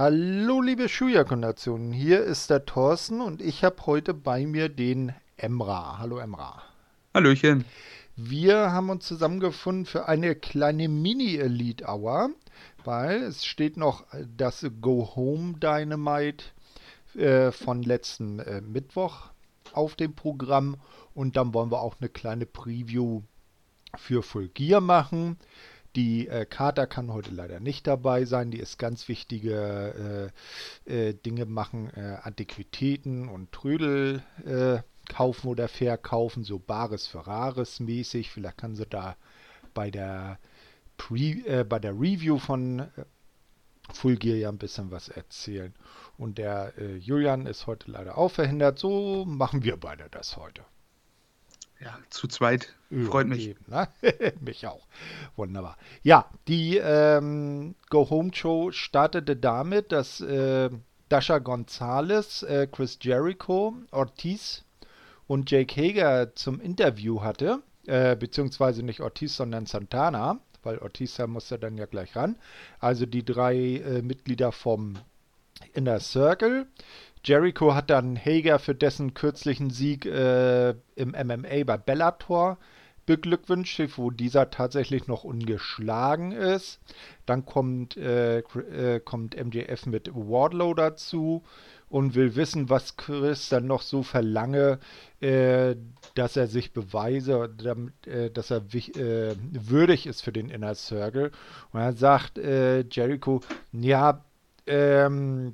Hallo liebe Schuhjahr-Kondationen, hier ist der Thorsten und ich habe heute bei mir den Emra. Hallo Emra. Hallöchen. Wir haben uns zusammengefunden für eine kleine Mini-Elite-Hour, weil es steht noch das Go Home Dynamite von letzten Mittwoch auf dem Programm und dann wollen wir auch eine kleine Preview für Full Gear machen. Die Carter kann heute leider nicht dabei sein. Die ist ganz wichtige Dinge machen, Antiquitäten und Trödel kaufen oder verkaufen, so Bares für Rares mäßig. Vielleicht kann sie da bei der, bei der Review von Full Gear ja ein bisschen was erzählen. Und der Julian ist heute leider auch verhindert. So machen wir beide das heute. Ja, zu zweit. Ja, Freut mich. eben, ne? Mich auch. Wunderbar. Ja, die Go Home Show startete damit, dass Dasha Gonzalez, Chris Jericho, Ortiz und Jake Hager zum Interview hatte. Beziehungsweise nicht Ortiz, sondern Santana, weil Ortiz da musste dann ja gleich ran. Also die drei Mitglieder vom Inner Circle. Jericho hat dann Hager für dessen kürzlichen Sieg im MMA bei Bellator beglückwünscht, wo dieser tatsächlich noch ungeschlagen ist. Dann kommt MJF mit Wardlow dazu und will wissen, was Chris dann noch so verlange, dass er sich beweise, dass er würdig ist für den Inner Circle. Und dann sagt Jericho, ja, ähm,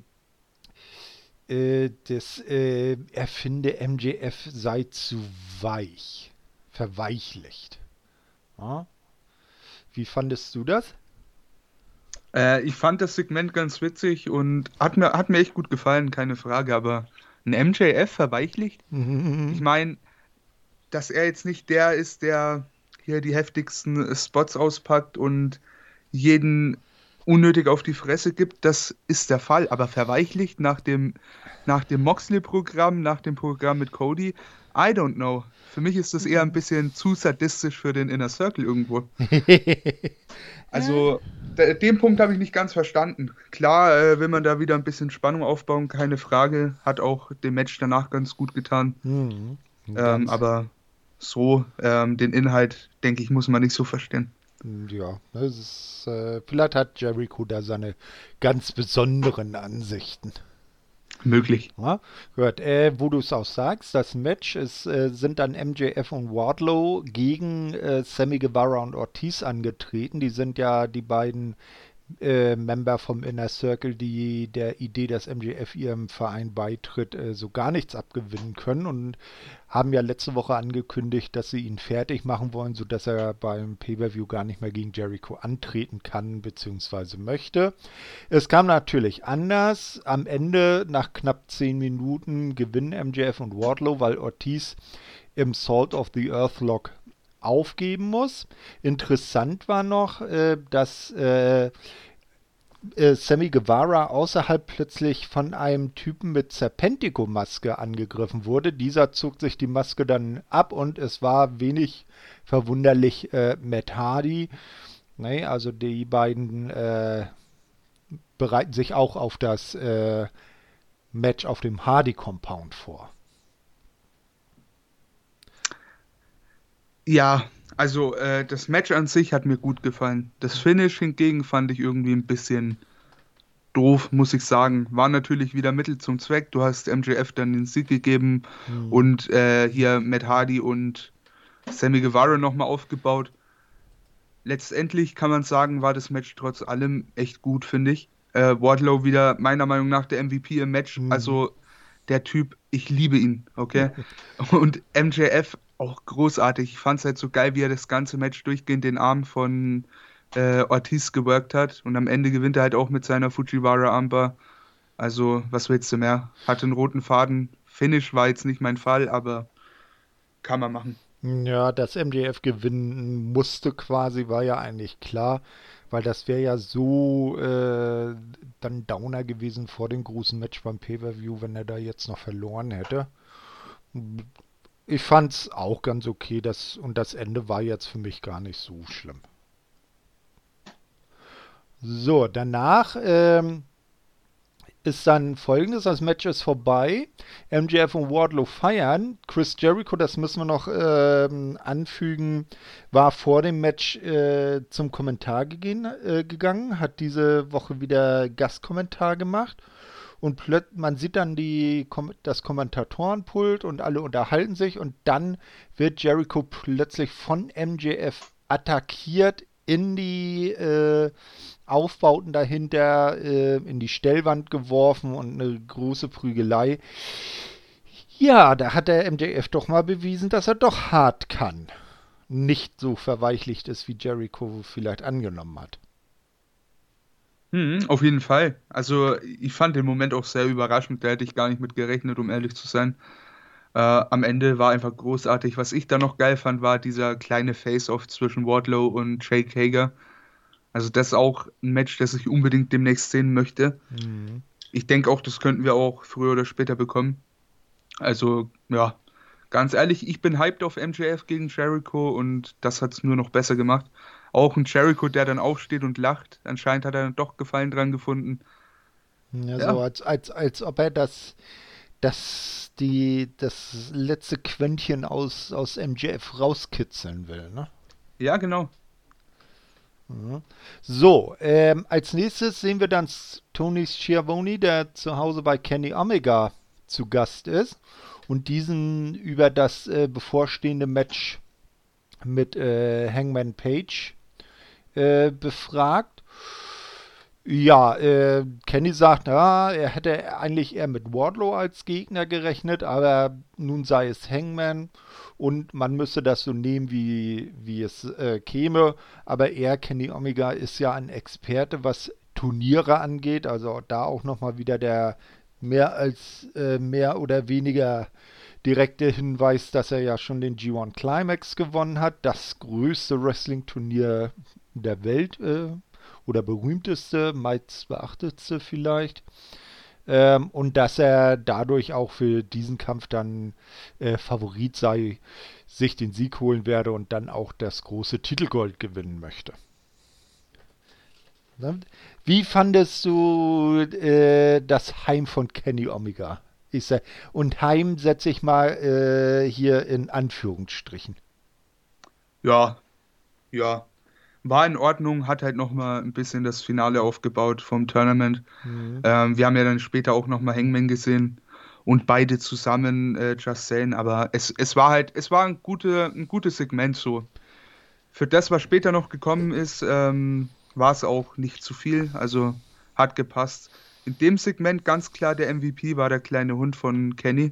er finde MJF sei zu weich, verweichlicht. Ja? Wie fandest du das? Ich fand das Segment ganz witzig und hat mir echt gut gefallen, keine Frage. Aber ein MJF verweichlicht? Ich meine, dass er jetzt nicht der ist, der hier die heftigsten Spots auspackt und jeden unnötig auf die Fresse gibt, das ist der Fall. Aber verweichlicht nach dem Moxley-Programm, nach dem Programm mit Cody, I don't know. Für mich ist das eher ein bisschen zu sadistisch für den Inner Circle irgendwo. Also, den Punkt habe ich nicht ganz verstanden. Klar, will man da wieder ein bisschen Spannung aufbauen, keine Frage. Hat auch dem Match danach ganz gut getan. Hm, ganz, Aber so, den Inhalt, denke ich, muss man nicht so verstehen. ja, das ist, vielleicht hat Jericho da seine ganz besonderen Ansichten. Möglich. Ja, gut, wo du es auch sagst, das Match sind dann MJF und Wardlow gegen Sammy Guevara und Ortiz angetreten. Die sind ja die beiden Member vom Inner Circle, die der Idee, dass MJF ihrem Verein beitritt, so gar nichts abgewinnen können und haben ja letzte Woche angekündigt, dass sie ihn fertig machen wollen, sodass er beim Pay-Per-View gar nicht mehr gegen Jericho antreten kann bzw. möchte. Es kam natürlich anders. Am Ende, nach knapp 10 Minuten, gewinnen MJF und Wardlow, weil Ortiz im Salt of the Earth Lock aufgeben muss. Interessant war noch, dass Sammy Guevara außerhalb plötzlich von einem Typen mit Serpentico-Maske angegriffen wurde. Dieser zog sich die Maske dann ab und es war wenig verwunderlich Matt Hardy. Ne, also die beiden bereiten sich auch auf das Match auf dem Hardy Compound vor. Ja, also das Match an sich hat mir gut gefallen. Das Finish hingegen fand ich irgendwie ein bisschen doof, muss ich sagen. War natürlich wieder Mittel zum Zweck. Du hast MJF dann den Sieg gegeben Hm. und hier Matt Hardy und Sammy Guevara nochmal aufgebaut. Letztendlich kann man sagen, war das Match trotz allem echt gut, finde ich. Wardlow wieder meiner Meinung nach der MVP im Match. Hm. Also der Typ, ich liebe ihn, okay? Und MJF auch großartig. Ich fand es halt so geil, wie er das ganze Match durchgehend den Arm von Ortiz geworkt hat. Und am Ende gewinnt er halt auch mit seiner Fujiwara Armbar. Also, was willst du mehr? Hatte einen roten Faden. Finish war jetzt nicht mein Fall, aber kann man machen. Ja, dass MJF gewinnen musste quasi, war ja eigentlich klar, weil das wäre ja so dann Downer gewesen vor dem großen Match beim Pay-Per-View, wenn er da jetzt noch verloren hätte. Ich fand's auch ganz okay, und das Ende war jetzt für mich gar nicht so schlimm. So, danach ist dann folgendes: Das Match ist vorbei. MJF und Wardlow feiern. Chris Jericho, das müssen wir noch anfügen, war vor dem Match zum Kommentar gegangen, hat diese Woche wieder Gastkommentar gemacht. Und man sieht dann das Kommentatorenpult und alle unterhalten sich. Und dann wird Jericho plötzlich von MJF attackiert, in die Aufbauten dahinter, in die Stellwand geworfen und eine große Prügelei. Ja, da hat der MJF doch mal bewiesen, dass er doch hart kann. Nicht so verweichlicht ist, wie Jericho vielleicht angenommen hat. Auf jeden Fall. Also ich fand den Moment auch sehr überraschend, da hätte ich gar nicht mit gerechnet, um ehrlich zu sein. Am Ende war einfach großartig. Was ich da noch geil fand, war dieser kleine Face-Off zwischen Wardlow und Jake Hager. Also das ist auch ein Match, das ich unbedingt demnächst sehen möchte. Mhm. Ich denke auch, das könnten wir auch früher oder später bekommen. Also ja, ganz ehrlich, ich bin hyped auf MJF gegen Jericho und das hat es nur noch besser gemacht. Auch ein Jericho, der dann aufsteht und lacht. Anscheinend hat er dann doch Gefallen dran gefunden. Ja, Ja, so als ob er das letzte Quäntchen aus MJF rauskitzeln will, ne? ja, genau. Mhm. So, als nächstes sehen wir dann Tony Schiavone, der zu Hause bei Kenny Omega zu Gast ist und diesen über das bevorstehende Match mit Hangman Page befragt. Ja, Kenny sagt, ja, er hätte eigentlich eher mit Wardlow als Gegner gerechnet, aber nun sei es Hangman und man müsse das so nehmen, wie es käme. Aber er, Kenny Omega, ist ja ein Experte, was Turniere angeht, also da auch nochmal wieder der mehr oder weniger direkte Hinweis, dass er ja schon den G1 Climax gewonnen hat, das größte Wrestling-Turnier der Welt oder berühmteste, meist beachtetste vielleicht. Und dass er dadurch auch für diesen Kampf dann Favorit sei, sich den Sieg holen werde und dann auch das große Titelgold gewinnen möchte. Wie fandest du das Heim von Kenny Omega? Und Heim setze ich mal hier in Anführungsstrichen. Ja, ja. War in Ordnung, hat halt nochmal ein bisschen das Finale aufgebaut vom Tournament. Mhm. Wir haben ja dann später auch nochmal Hangman gesehen und beide zusammen Just Saying, aber es war ein gutes Segment so. Für das, was später noch gekommen ist, war es auch nicht zu viel, also hat gepasst. In dem Segment ganz klar der MVP war der kleine Hund von Kenny.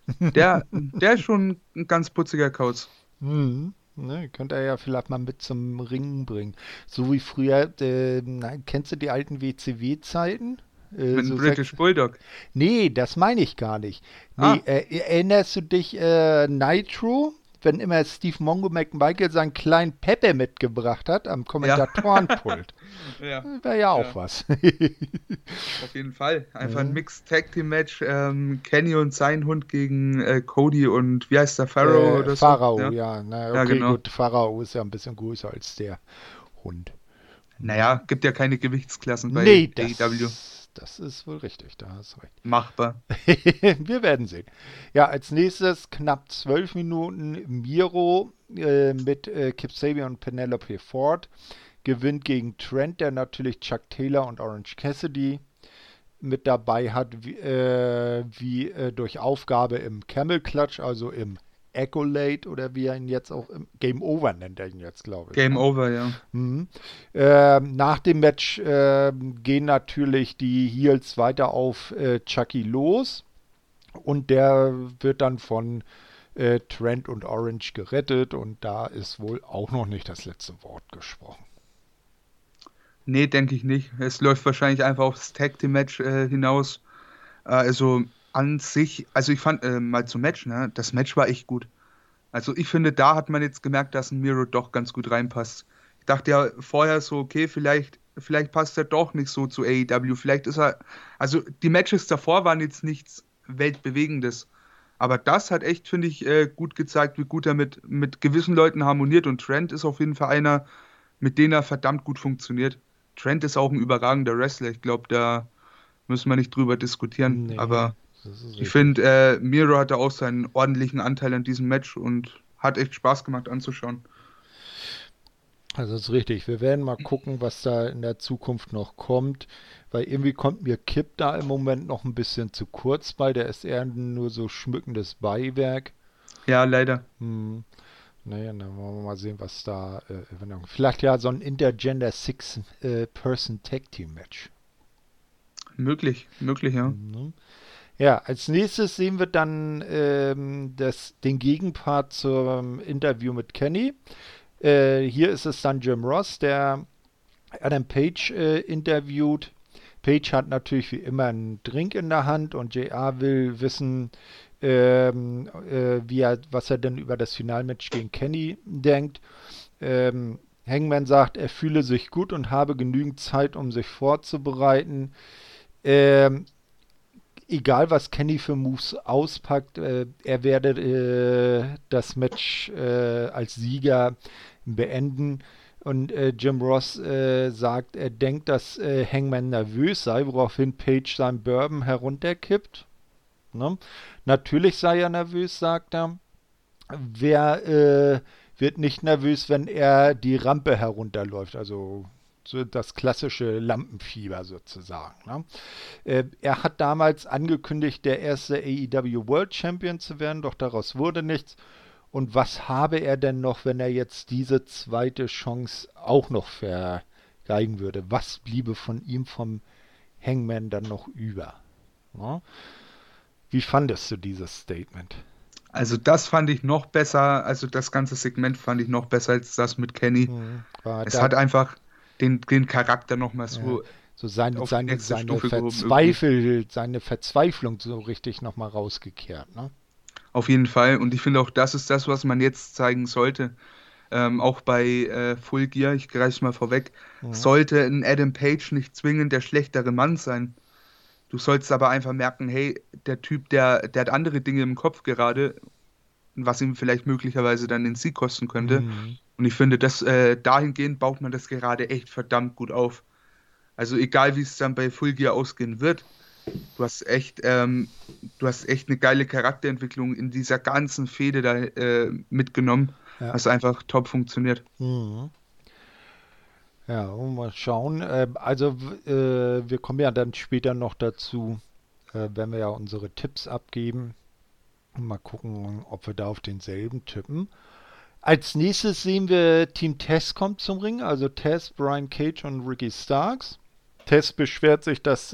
Der ist schon ein ganz putziger Kauz. Mhm. Ne, könnte er ja vielleicht mal mit zum Ringen bringen. So wie früher, kennst du die alten WCW-Zeiten? Mit einem So British Bulldog. Nee, das meine ich gar nicht. Nee, Ah, erinnerst du dich, Nitro, wenn immer Steve Mongo McMichael seinen kleinen Pepe mitgebracht hat am ja. Kommentatorenpult? Ja, Wäre ja auch ja. was. Auf jeden Fall. Einfach ein Mhm. Mixed Tag Team Match. Kenny und sein Hund gegen Cody und wie heißt der? Pharaoh oder so? Pharao, Ja, ja. Na, ja, okay, genau. gut. Pharao ist ja ein bisschen größer als der Hund. Mhm. Naja, gibt ja keine Gewichtsklassen bei Nee, AEW. das ist wohl richtig, da hast du recht. Machbar. Wir werden sehen. Ja, als nächstes knapp 12 Minuten Miro mit Kip Sabian und Penelope Ford gewinnt gegen Trent, der natürlich Chuck Taylor und Orange Cassidy mit dabei hat, wie durch Aufgabe im Camel Clutch, also im Accolade oder wie er ihn jetzt auch im Game Over nennt er ihn jetzt, glaube ich. Game Ne? over, ja. Mhm. Nach dem Match gehen natürlich die Heels weiter auf Chucky los und der wird dann von Trent und Orange gerettet und da ist wohl auch noch nicht das letzte Wort gesprochen. Nee, denke ich nicht. Es läuft wahrscheinlich einfach aufs Tag Team Match hinaus. Also an sich, also ich fand mal zum Match, ne? Das Match war echt gut. Also ich finde, da hat man jetzt gemerkt, dass ein Miro doch ganz gut reinpasst. Ich dachte ja vorher so, okay, vielleicht passt er doch nicht so zu AEW. Vielleicht ist er, also die Matches davor waren jetzt nichts Weltbewegendes. Aber das hat echt, finde ich, gut gezeigt, wie gut er mit gewissen Leuten harmoniert. Und Trent ist auf jeden Fall einer, mit dem er verdammt gut funktioniert. Trent ist auch ein überragender Wrestler. Ich glaube, Müssen wir nicht drüber diskutieren. Nee, aber das ist ich richtig. finde, Miro hatte auch seinen ordentlichen Anteil an diesem Match und hat echt Spaß gemacht anzuschauen. Also das ist richtig. Wir werden mal gucken, was da in der Zukunft noch kommt, weil irgendwie kommt mir Kip da im Moment noch ein bisschen zu kurz bei. Der ist eher nur so schmückendes Beiwerk. Ja, leider. Hm. Naja, dann wollen wir mal sehen, was da. Vielleicht ja so ein Intergender Six-Person Tag Team Match. Möglich, ja. Mhm. Ja, als nächstes sehen wir dann den Gegenpart zum Interview mit Kenny. Hier ist es dann Jim Ross, der Adam Page interviewt. Page hat natürlich wie immer einen Drink in der Hand und JR will wissen, was er denn über das Finalmatch gegen Kenny denkt. Hangman sagt, er fühle sich gut und habe genügend Zeit, um sich vorzubereiten. Ähm, Egal was Kenny für Moves auspackt, er werde das Match als Sieger beenden. Und Jim Ross sagt, er denkt, dass Hangman nervös sei, woraufhin Page sein Bourbon herunterkippt. Ne? Natürlich sei er nervös, sagt er. Wer wird nicht nervös, wenn er die Rampe herunterläuft? Also so das klassische Lampenfieber sozusagen. Ne? Er hat damals angekündigt, der erste AEW World Champion zu werden, doch daraus wurde nichts. Und was habe er denn noch, wenn er jetzt diese zweite Chance auch noch vergeigen würde? Was bliebe von ihm, vom Hangman, dann noch über? Ne? Wie fandest du dieses Statement? Also das fand ich noch besser, also das ganze Segment fand ich noch besser als das mit Kenny. Es Da hat einfach den Charakter nochmal ja, so so auf die nächste seine Stufe gehoben irgendwie. Seine Verzweiflung so richtig nochmal rausgekehrt. Ne? Auf jeden Fall. Und ich finde auch, das ist das, was man jetzt zeigen sollte. Auch bei Full Gear, ich greife mal vorweg, Mhm. sollte ein Adam Page nicht zwingend der schlechtere Mann sein. Du sollst aber einfach merken, hey, der Typ, der hat andere Dinge im Kopf gerade, was ihm vielleicht möglicherweise dann den Sieg kosten könnte. Mhm. Und ich finde, dahingehend baut man das gerade echt verdammt gut auf. Also egal, wie es dann bei Full Gear ausgehen wird, du hast echt, du hast echt eine geile Charakterentwicklung in dieser ganzen Fehde da mitgenommen, Ja. was einfach top funktioniert. Mhm. Ja, mal schauen. Wir kommen ja dann später noch dazu, wenn wir ja unsere Tipps abgeben. Mal gucken, ob wir da auf denselben tippen. Als nächstes sehen wir Team Tess kommt zum Ring, also Tess, Brian Cage und Ricky Starks. Tess beschwert sich, dass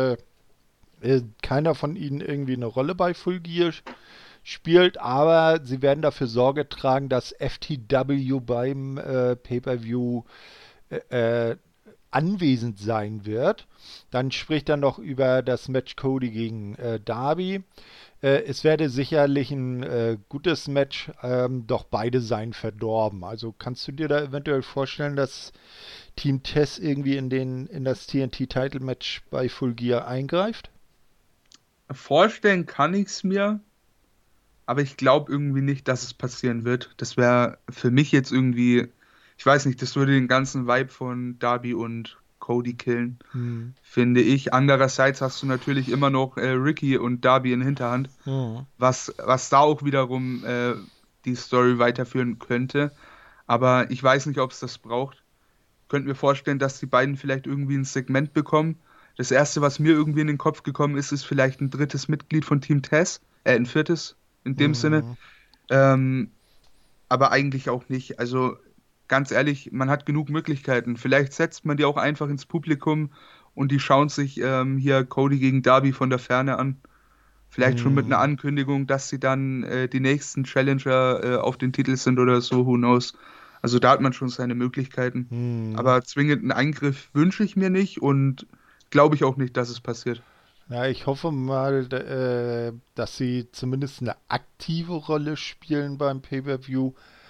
keiner von ihnen irgendwie eine Rolle bei Full Gear spielt, aber sie werden dafür Sorge tragen, dass FTW beim Pay-Per-View äh, anwesend sein wird. Dann spricht er noch über das Match Cody gegen Darby. Es werde sicherlich ein gutes Match, doch beide seien verdorben. Also kannst du dir da eventuell vorstellen, dass Team Tess irgendwie in das TNT-Title-Match bei Full Gear eingreift? Vorstellen kann ich es mir, aber ich glaube irgendwie nicht, dass es passieren wird. Das wäre für mich jetzt irgendwie, ich weiß nicht, das würde den ganzen Vibe von Darby und Cody killen, Hm. finde ich. Andererseits hast du natürlich immer noch Ricky und Darby in Hinterhand, Hm. was da auch wiederum die Story weiterführen könnte. Aber ich weiß nicht, ob es das braucht. Könnte mir vorstellen, dass die beiden vielleicht irgendwie ein Segment bekommen. Das erste, was mir irgendwie in den Kopf gekommen ist, ist vielleicht ein drittes Mitglied von Team Tess, ein viertes in dem Sinne. Hm. Ähm, aber eigentlich auch nicht. Also ganz ehrlich, man hat genug Möglichkeiten. Vielleicht setzt man die auch einfach ins Publikum und die schauen sich hier Cody gegen Darby von der Ferne an. Vielleicht schon mit einer Hm. Ankündigung, dass sie dann die nächsten Challenger auf den Titel sind oder so, who knows. Also da hat man schon seine Möglichkeiten. Hm. Aber zwingend einen Eingriff wünsche ich mir nicht und glaube ich auch nicht, dass es passiert. Ja, ich hoffe mal, dass sie zumindest eine aktive Rolle spielen beim Pay-Per-View,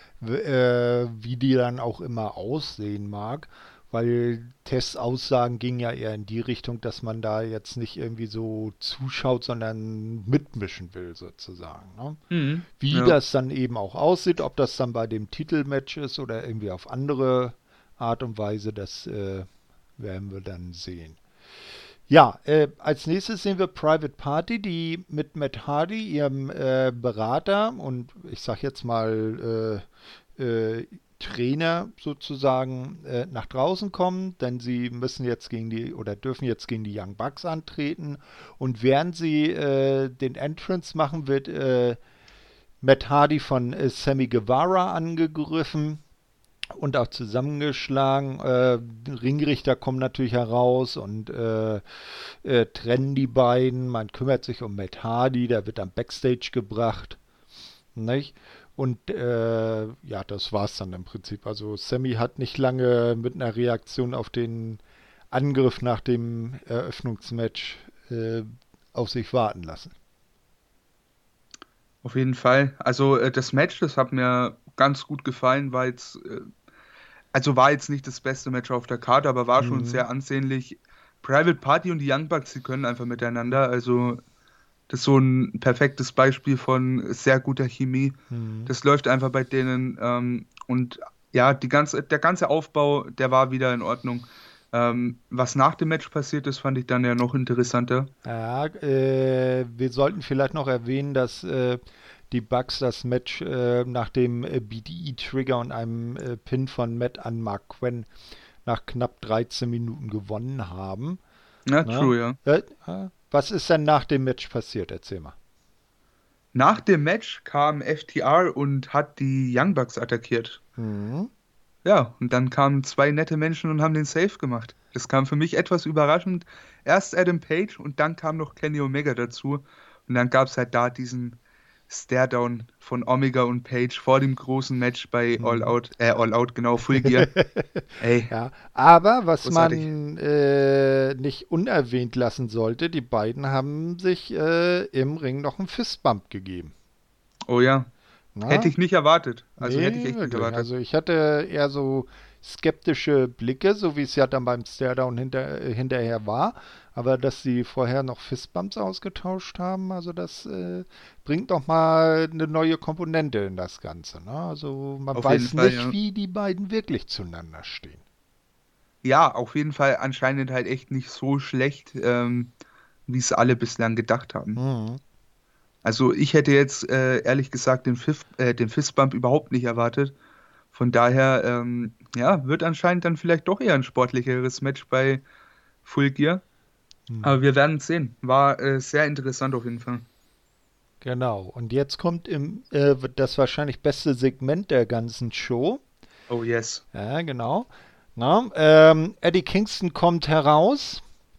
wie die dann auch immer aussehen mag, weil Tests Aussagen gingen ja eher in die Richtung, dass man da jetzt nicht irgendwie so zuschaut, sondern mitmischen will sozusagen. Ne? Mhm. Wie Ja. das dann eben auch aussieht, ob das dann bei dem Titelmatch ist oder irgendwie auf andere Art und Weise, das werden wir dann sehen. Ja, als nächstes sehen wir Private Party, die mit Matt Hardy, ihrem Berater und ich sag jetzt mal Trainer sozusagen nach draußen kommen, denn sie müssen jetzt gegen die oder dürfen jetzt gegen die Young Bucks antreten und während sie den Entrance machen, wird Matt Hardy von Sammy Guevara angegriffen und auch zusammengeschlagen. Ringrichter kommen natürlich heraus und trennen die beiden. Man kümmert sich um Matt Hardy, der wird dann Backstage gebracht. Nicht? Und ja, das war's dann im Prinzip. Also Sammy hat nicht lange mit einer Reaktion auf den Angriff nach dem Eröffnungsmatch auf sich warten lassen. Auf jeden Fall. Also das Match, das hat mir ganz gut gefallen, war jetzt nicht das beste Match auf der Karte, aber war schon sehr ansehnlich. Private Party und die Young Bucks, die können einfach miteinander. Also das ist so ein perfektes Beispiel von sehr guter Chemie. Das läuft einfach bei denen. Und ja, der ganze Aufbau, der war wieder in Ordnung. Was nach dem Match passiert ist, fand ich dann ja noch interessanter. Ja, wir sollten vielleicht noch erwähnen, dass die Bucks das Match nach dem BDE-Trigger und einem Pin von Matt an Mark Quinn nach knapp 13 Minuten gewonnen haben. Ja, Na? true, ja. Was ist denn nach dem Match passiert? Erzähl mal. Nach dem Match kam FTR und hat die Young Bucks attackiert. Ja, und dann kamen zwei nette Menschen und haben den Save gemacht. Das kam für mich etwas überraschend. Erst Adam Page und dann kam noch Kenny Omega dazu. Und dann gab es halt da diesen Staredown von Omega und Page vor dem großen Match bei All Out, genau, Full Gear. Ey, Ja, aber was großartig. man nicht unerwähnt lassen sollte, die beiden haben sich im Ring noch einen Fistbump gegeben. Oh ja, hätte Na? ich nicht erwartet. Also hätte ich Nee, echt nicht wirklich. erwartet. Also ich hatte eher so skeptische Blicke, so wie es ja dann beim Staredown hinterher war. Aber dass sie vorher noch Fistbumps ausgetauscht haben, also das bringt noch mal eine neue Komponente in das Ganze. Ne? Also man Auf jeden weiß Fall, nicht, ja. wie die beiden wirklich zueinander stehen. Ja, auf jeden Fall anscheinend halt echt nicht so schlecht, wie es alle bislang gedacht haben. Mhm. Also ich hätte jetzt ehrlich gesagt den Fistbump überhaupt nicht erwartet. Von daher, ja, wird anscheinend dann vielleicht doch eher ein sportlicheres Match bei Full Gear. Aber Mhm. wir werden es sehen. War sehr interessant auf jeden Fall. Genau. Und jetzt kommt das wahrscheinlich beste Segment der ganzen Show. Oh yes. Ja, genau. Na, Eddie Kingston kommt heraus,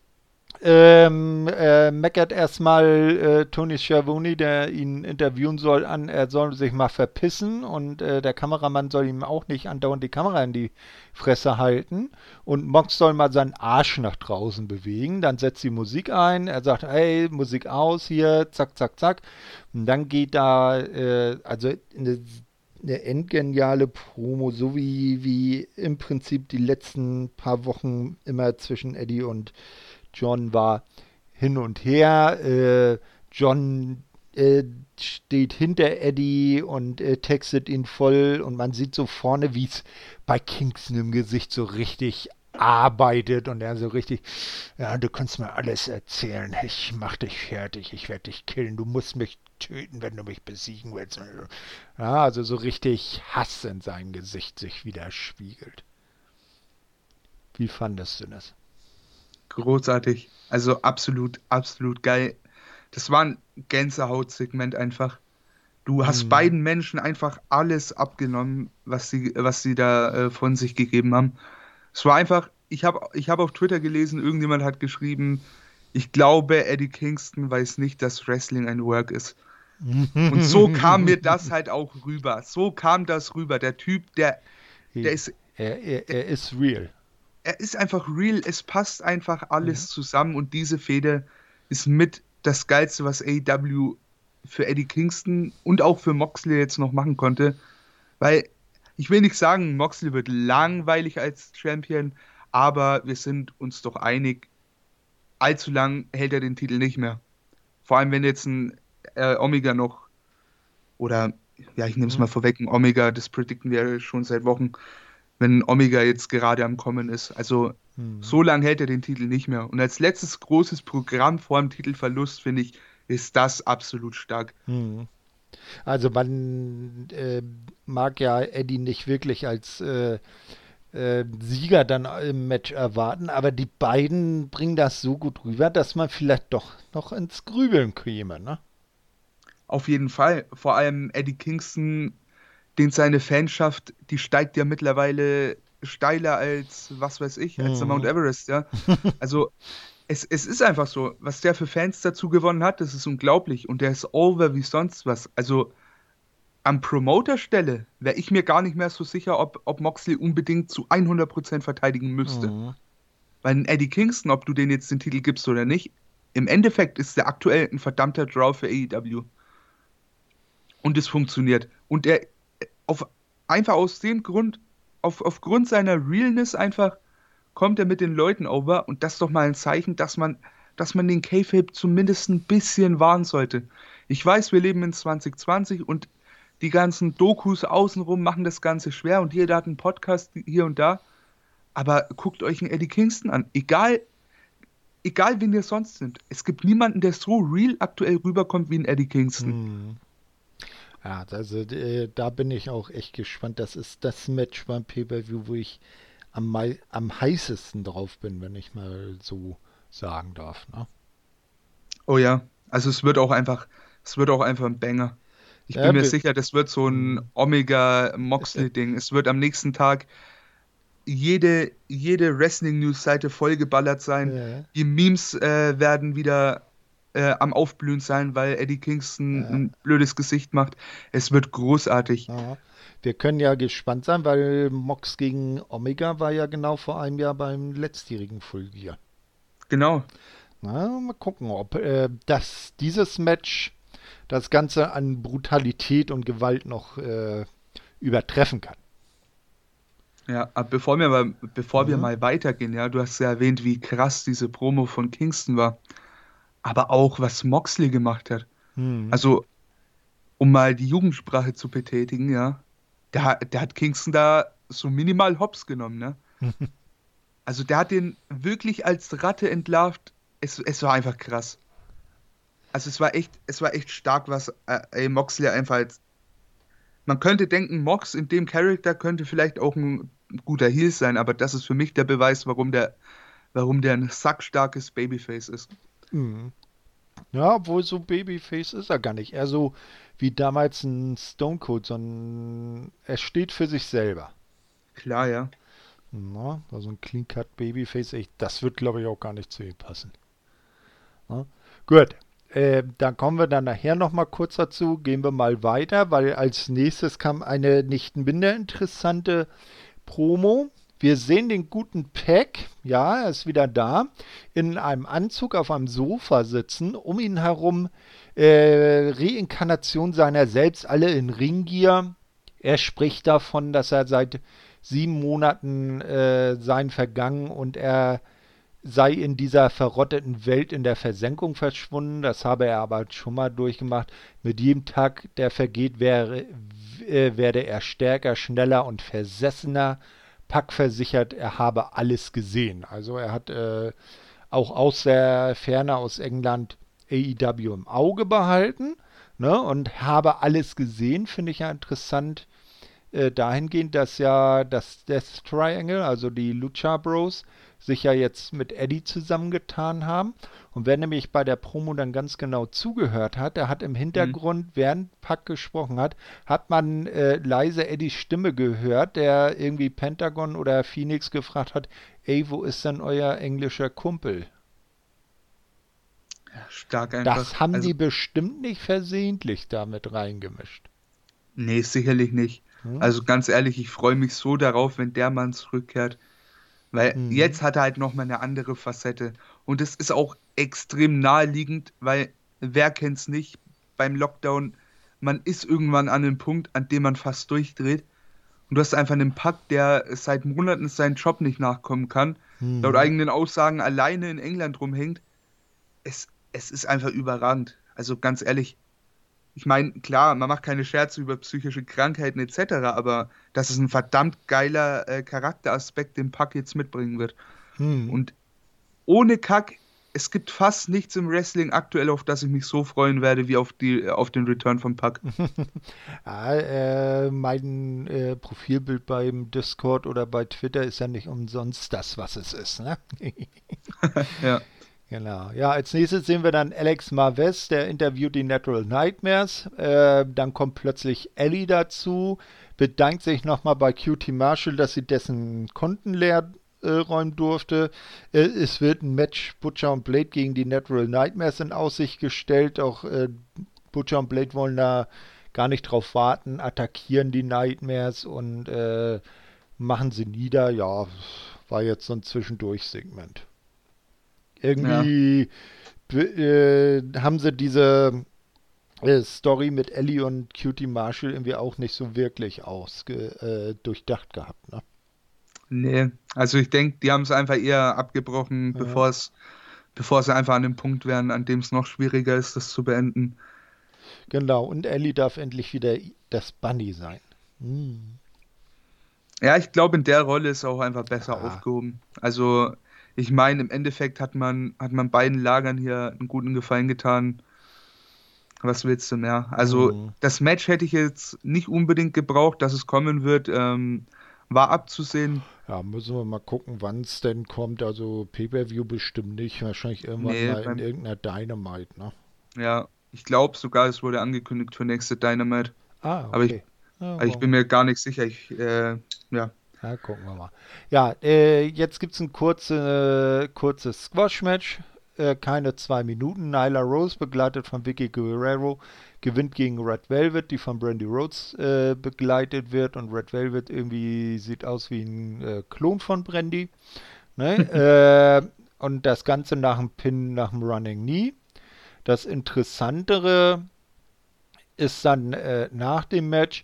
meckert erstmal Tony Schiavone, der ihn interviewen soll, an, er soll sich mal verpissen und der Kameramann soll ihm auch nicht andauernd die Kamera in die Fresse halten und Mox soll mal seinen Arsch nach draußen bewegen. Dann setzt die Musik ein, er sagt, hey, Musik aus hier, zack, zack, zack. Und dann geht da, also eine endgeniale Promo, so wie im Prinzip die letzten paar Wochen immer zwischen Eddie und John war hin und her. John steht hinter Eddie und textet ihn voll und man sieht so vorne, wie es bei Kingston im Gesicht so richtig arbeitet und er so richtig, ja, du kannst mir alles erzählen, ich mach dich fertig, ich werde dich killen, du musst mich töten, wenn du mich besiegen willst. Ja, also so richtig Hass in seinem Gesicht sich widerspiegelt. Wie fandest du das? Großartig. Also absolut, absolut geil. Das war ein Gänsehaut-Segment einfach. Du hast Hm. beiden Menschen einfach alles abgenommen, was sie da von sich gegeben haben. Es war einfach, ich hab auf Twitter gelesen, irgendjemand hat geschrieben, ich glaube, Eddie Kingston weiß nicht, dass Wrestling ein Work ist. Und so kam mir das halt auch rüber. So kam das rüber. Der Typ, der ist, Er ist real. er ist einfach real. Es passt einfach Mhm. alles zusammen und diese Fehde ist mit das Geilste, was AEW für Eddie Kingston und auch für Moxley jetzt noch machen konnte. Weil ich will nicht sagen, Moxley wird langweilig als Champion, aber wir sind uns doch einig, allzu lang hält er den Titel nicht mehr. Vor allem, wenn jetzt ein Omega oder ja, ich nehme es mal Mhm. vorweg, ein Omega, das predikten wir schon seit Wochen, wenn Omega jetzt gerade am Kommen ist. Also so lange hält er den Titel nicht mehr. Und als letztes großes Programm vor dem Titelverlust, finde ich, ist das absolut stark. Also man mag ja Eddie nicht wirklich als Sieger dann im Match erwarten, aber die beiden bringen das so gut rüber, dass man vielleicht doch noch ins Grübeln käme, ne? Auf jeden Fall. Vor allem Eddie Kingston, den seine Fanschaft, die steigt ja mittlerweile steiler als, was weiß ich, als der Mount Everest, ja. Also es ist einfach so, was der für Fans dazu gewonnen hat, das ist unglaublich. Und der ist over wie sonst was. Also an Promoter-Stelle wäre ich mir gar nicht mehr so sicher, ob Moxley unbedingt zu 100% verteidigen müsste. Weil ein Eddie Kingston, ob du den jetzt den Titel gibst oder nicht, im Endeffekt ist der aktuell ein verdammter Draw für AEW. Und es funktioniert. Und er einfach aus dem Grund, aufgrund seiner Realness einfach, kommt er mit den Leuten over. Und das ist doch mal ein Zeichen, dass man den Kayfabe zumindest ein bisschen wahren sollte. Ich weiß, wir leben in 2020 und die ganzen Dokus außenrum machen das Ganze schwer und jeder hat einen Podcast hier und da. Aber guckt euch einen Eddie Kingston an. Egal wen ihr sonst nimmt. Es gibt niemanden, der so real aktuell rüberkommt wie ein Eddie Kingston. Ja, also da bin ich auch echt gespannt. Das ist das Match beim Pay-Per-View, wo ich am heißesten drauf bin, wenn ich mal so sagen darf. Ne? Oh ja, also es wird auch einfach ein Banger. Ich bin mir sicher, das wird so ein Omega-Moxley-Ding. Es wird am nächsten Tag jede Wrestling-News-Seite vollgeballert sein. Ja. Die Memes werden wieder am Aufblühen sein, weil Eddie Kingston ein blödes Gesicht macht. Es wird großartig. Ja. Wir können ja gespannt sein, weil Mox gegen Omega war ja genau vor einem Jahr beim letztjährigen Full Gear. Genau. Na, mal gucken, ob dieses Match das Ganze an Brutalität und Gewalt noch übertreffen kann. Ja, aber bevor wir mal weitergehen, ja, du hast ja erwähnt, wie krass diese Promo von Kingston war, aber auch was Moxley gemacht hat. Also, um mal die Jugendsprache zu betätigen, ja, der hat Kingston da so minimal hops genommen, ne? Also der hat den wirklich als Ratte entlarvt. Es war einfach krass. Also es war echt stark, was Moxley einfach als. Man könnte denken, Mox in dem Charakter könnte vielleicht auch ein guter Heel sein, aber das ist für mich der Beweis, warum der ein sackstarkes Babyface ist. Ja, obwohl so Babyface ist er gar nicht. Eher so wie damals ein Stone Cold, sondern er steht für sich selber. Klar, ja. Na, also ein Clean-Cut Babyface, das wird glaube ich auch gar nicht zu ihm passen. Na? Gut, dann kommen wir dann nachher nochmal kurz dazu. Gehen wir mal weiter, weil als nächstes kam eine nicht minder interessante Promo. Wir sehen den guten Pack, ja, er ist wieder da, in einem Anzug auf einem Sofa sitzen, um ihn herum Reinkarnation seiner selbst, alle in Ringgear. Er spricht davon, dass er seit 7 Monaten seien vergangen und er sei in dieser verrotteten Welt in der Versenkung verschwunden. Das habe er aber schon mal durchgemacht. Mit jedem Tag, der vergeht, werde er stärker, schneller und versessener. Pack versichert, er habe alles gesehen. Also er hat auch aus der Ferne aus England AEW im Auge behalten, ne, und habe alles gesehen, finde ich ja interessant. Dahingehend, dass ja das Death Triangle, also die Lucha Bros, sich ja jetzt mit Eddie zusammengetan haben. Und wer nämlich bei der Promo dann ganz genau zugehört hat, der hat im Hintergrund, während Pac gesprochen hat, hat man leise Eddies Stimme gehört, der irgendwie Pentagon oder Phoenix gefragt hat, ey, wo ist denn euer englischer Kumpel? Ja, stark einfach. Das haben die bestimmt nicht versehentlich damit reingemischt. Nee, sicherlich nicht. Also ganz ehrlich, ich freue mich so darauf, wenn der Mann zurückkehrt. Weil jetzt hat er halt nochmal eine andere Facette. Und es ist auch extrem naheliegend, weil wer kennt's nicht, beim Lockdown, man ist irgendwann an einem Punkt, an dem man fast durchdreht. Und du hast einfach einen Pack, der seit Monaten seinen Job nicht nachkommen kann, laut eigenen Aussagen alleine in England rumhängt. Es ist einfach überragend. Also ganz ehrlich, ich meine, klar, man macht keine Scherze über psychische Krankheiten etc., aber das ist ein verdammt geiler Charakteraspekt, den Pac jetzt mitbringen wird. Hm. Und ohne Kack, es gibt fast nichts im Wrestling aktuell, auf das ich mich so freuen werde, wie auf den Return von Pac. Ja, mein Profilbild beim Discord oder bei Twitter ist ja nicht umsonst das, was es ist, ne? Ja. Genau. Ja, als nächstes sehen wir dann Alex Marvez, der interviewt die Natural Nightmares. Dann kommt plötzlich Ellie dazu, bedankt sich nochmal bei QT Marshall, dass sie dessen Konten leer räumen durfte. Es wird ein Match Butcher und Blade gegen die Natural Nightmares in Aussicht gestellt. Auch Butcher und Blade wollen da gar nicht drauf warten, attackieren die Nightmares und machen sie nieder. Ja, war jetzt so ein Zwischendurch-Segment. Ja. Irgendwie haben sie diese Story mit Ellie und Cutie Marshall irgendwie auch nicht so wirklich durchdacht gehabt, ne? Nee, also ich denke, die haben es einfach eher abgebrochen, Ja, bevor sie einfach an dem Punkt wären, an dem es noch schwieriger ist, das zu beenden. genau. Und Ellie darf endlich wieder das Bunny sein. Hm. Ja, ich glaube, in der Rolle ist er auch einfach besser Ja. aufgehoben. Also, ich meine, im Endeffekt hat man beiden Lagern hier einen guten Gefallen getan. Was willst du mehr? Also, Hm. das Match hätte ich jetzt nicht unbedingt gebraucht, dass es kommen wird. War abzusehen. Ja, müssen wir mal gucken, wann es denn kommt. Also Pay-Per-View bestimmt nicht. Wahrscheinlich irgendwann Nee, mal in irgendeiner Dynamite, ne? ja, ich glaube sogar, es wurde angekündigt für nächste Dynamite. Ah, Aber ich, okay. Ja, aber ich bin mir gar nicht sicher. Ja. ja, gucken wir mal. Ja, jetzt gibt es ein kurzes Squash-Match. Keine 2 Minuten. Nyla Rose, begleitet von Vicky Guerrero, gewinnt gegen Red Velvet, die von Brandy Rhodes begleitet wird. Und Red Velvet irgendwie sieht aus wie ein Klon von Brandy. Ne? Und das Ganze nach dem Pin, nach dem Running Knee. Das Interessantere ist dann nach dem Match,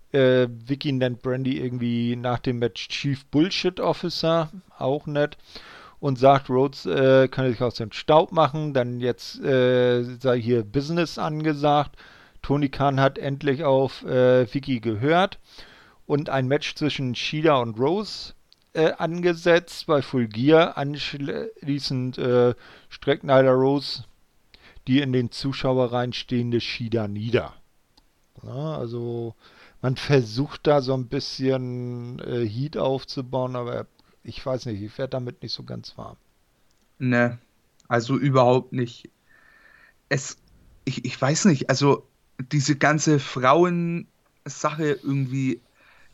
Vicky nennt Brandy irgendwie nach dem Match Chief Bullshit Officer, auch nett. Und sagt, Rhodes kann sich aus dem Staub machen, dann jetzt sei hier Business angesagt. Tony Khan hat endlich auf Vicky gehört und ein Match zwischen Shida und Rose angesetzt bei Full Gear. Anschließend streckt Nyla Rose die in den Zuschauerreihen stehende Shida nieder. Ja, also man versucht da so ein bisschen Heat aufzubauen, aber ich weiß nicht, ich werde damit nicht so ganz warm. Ne, also überhaupt nicht. Es, ich weiß nicht, also diese ganze Frauensache irgendwie,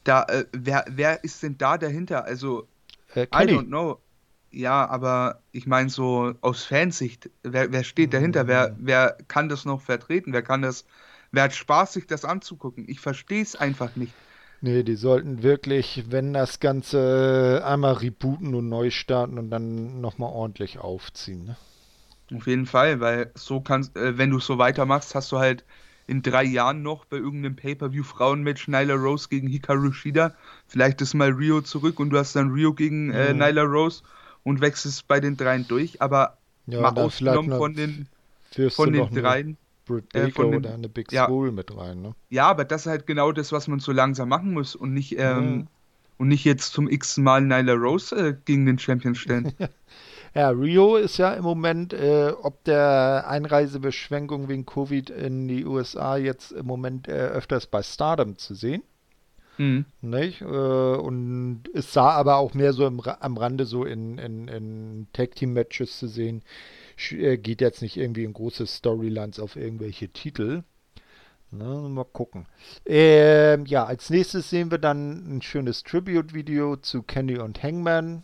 wer ist denn da dahinter? Also, I don't Kenny. know. Ja, aber ich meine so aus Fansicht, wer steht dahinter? Wer, Mm, wer kann das noch vertreten? Wer hat Spaß, sich das anzugucken? Ich verstehe es einfach nicht. nee, die sollten wirklich, wenn das Ganze einmal rebooten und neu starten und dann nochmal ordentlich aufziehen. Ne? Auf jeden Fall, weil wenn du so weitermachst, hast du halt in 3 Jahren noch bei irgendeinem Pay-Per-View Frauenmatch Nyla Rose gegen Hikaru Shida. Vielleicht ist mal Rio zurück und du hast dann Rio gegen Mm, Nyla Rose und wechselst bei den dreien durch. Aber ja, mal und dann vielleicht ausgenommen noch wirfst du von noch den eine dreien, Britt Baker von oder den, eine Big ja, Swole mit rein. Ne? ja, aber das ist halt genau das, was man so langsam machen muss Ja. und nicht jetzt zum x Mal Nyla Rose gegen den Champion stellen. Ja, Rio ist ja im Moment, ob der Einreisebeschränkung wegen Covid in die USA jetzt im Moment öfters bei Stardom zu sehen. Hm. Nicht? Und es sah aber auch mehr so am Rande so in Tag-Team-Matches zu sehen. Geht jetzt nicht irgendwie in große Storylines auf irgendwelche Titel. Na, mal gucken. Ja, als nächstes sehen wir dann ein schönes Tribute-Video zu Kenny und Hangman,